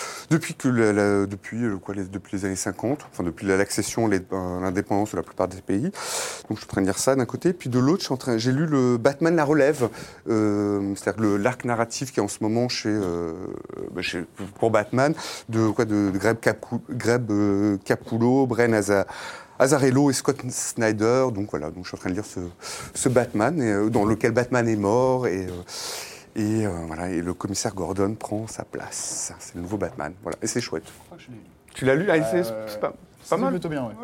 les années 50, enfin depuis l'accession à l'indépendance de la plupart des pays. Donc je suis en train de lire ça d'un côté, puis de l'autre, j'ai lu le Batman La Relève, c'est-à-dire l'arc narratif qui est en ce moment pour Batman de Greg Capullo, Brian Azzarello et Scott Snyder, donc voilà, donc je suis en train de lire ce Batman dans lequel Batman est mort et le commissaire Gordon prend sa place. C'est le nouveau Batman, voilà, et c'est chouette. Tu l'as lu? C'est pas mal. Plutôt bien, oui.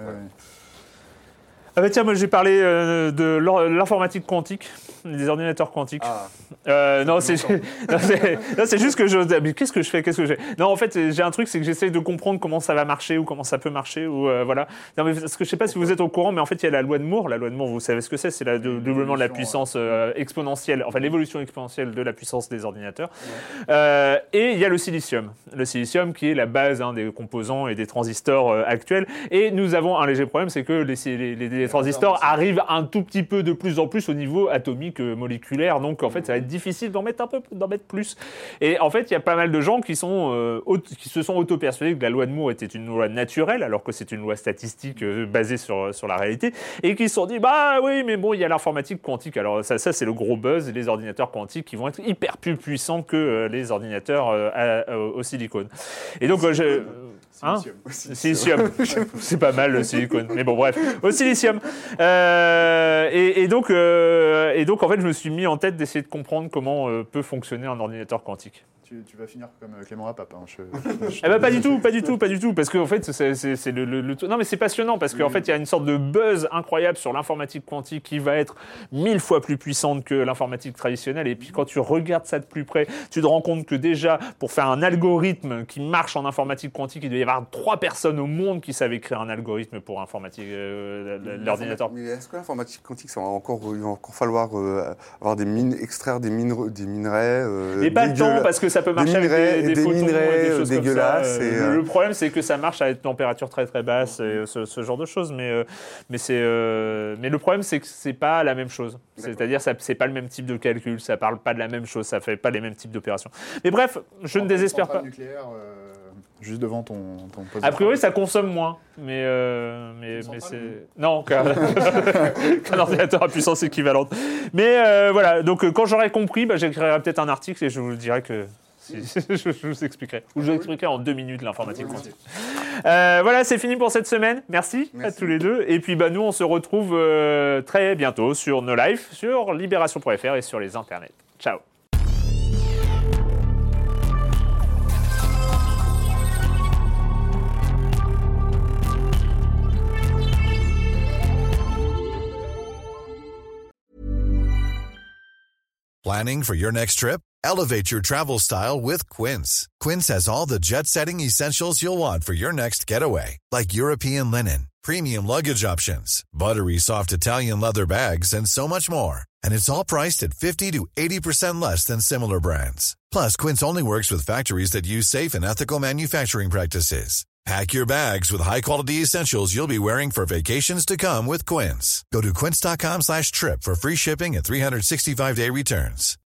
Ah bah tiens, moi j'ai parlé de l'informatique quantique, des ordinateurs quantiques. Non, c'est juste que mais qu'est-ce que je fais? Non, en fait, j'ai un truc, c'est que j'essaye de comprendre comment ça va marcher ou comment ça peut marcher ou voilà. Non, mais parce que je sais pas si vous êtes au courant, mais en fait, il y a la loi de Moore. La loi de Moore, vous savez ce que c'est? C'est le doublement de la puissance exponentielle, enfin l'évolution exponentielle de la puissance des ordinateurs. Et il y a le silicium. Le silicium qui est la base des composants et des transistors actuels. Et nous avons un léger problème, c'est que les transistors arrivent un tout petit peu de plus en plus au niveau atomique, moléculaire. Donc, en fait, ça va être difficile d'en mettre plus. Et en fait, il y a pas mal de gens qui se sont auto-persuadés que la loi de Moore était une loi naturelle, alors que c'est une loi statistique basée sur la réalité, et qui se sont dit, bah oui, mais bon, il y a l'informatique quantique. Alors, ça c'est le gros buzz, les ordinateurs quantiques qui vont être hyper plus puissants que les ordinateurs au silicone. Et donc, silicium. C'est pas mal le silicone. Mais bon, bref. Au silicium. Et donc, en fait, je me suis mis en tête d'essayer de comprendre comment peut fonctionner un ordinateur quantique. Tu vas finir comme Clément Rapap. Pas du tout, parce qu'en fait, c'est le non, mais c'est passionnant, parce qu'en fait, il y a une sorte de buzz incroyable sur l'informatique quantique qui va être 1000 fois plus puissante que l'informatique traditionnelle, et puis quand tu regardes ça de plus près, tu te rends compte que déjà, pour faire un algorithme qui marche en informatique quantique, il doit y avoir 3 personnes au monde qui savent écrire un algorithme pour informatique, l'ordinateur. Mais est-ce que l'informatique quantique, il va encore falloir avoir extraire des minerais mais pas tant, parce que ça peut marcher avec des photons minerais et des choses dégueulasses. Comme ça. Le problème, c'est que ça marche à une température très très basse et ce genre de choses. Mais le problème, c'est que c'est pas la même chose. D'accord. C'est-à-dire, c'est pas le même type de calcul, ça parle pas de la même chose, ça fait pas les mêmes types d'opérations. Mais bref, je ne désespère pas. Nucléaire, juste devant ton poste. A priori, ça consomme moins, mais c'est non qu'un ordinateur à puissance équivalente. Mais voilà, donc quand j'aurai compris, j'écrirai peut-être un article et je vous dirai que. Je vous expliquerai. Ou je vous expliquerai en 2 minutes l'informatique quantique. Voilà, c'est fini pour cette semaine. Merci à tous les deux. Et puis nous, on se retrouve très bientôt sur No Life, sur Libération.fr et sur les internets. Ciao. Planning for your next trip? Elevate your travel style with Quince. Quince has all the jet-setting essentials you'll want for your next getaway, like European linen, premium luggage options, buttery soft Italian leather bags, and so much more. And it's all priced at 50 to 80% less than similar brands. Plus, Quince only works with factories that use safe and ethical manufacturing practices. Pack your bags with high-quality essentials you'll be wearing for vacations to come with Quince. Go to quince.com/trip for free shipping and 365-day returns.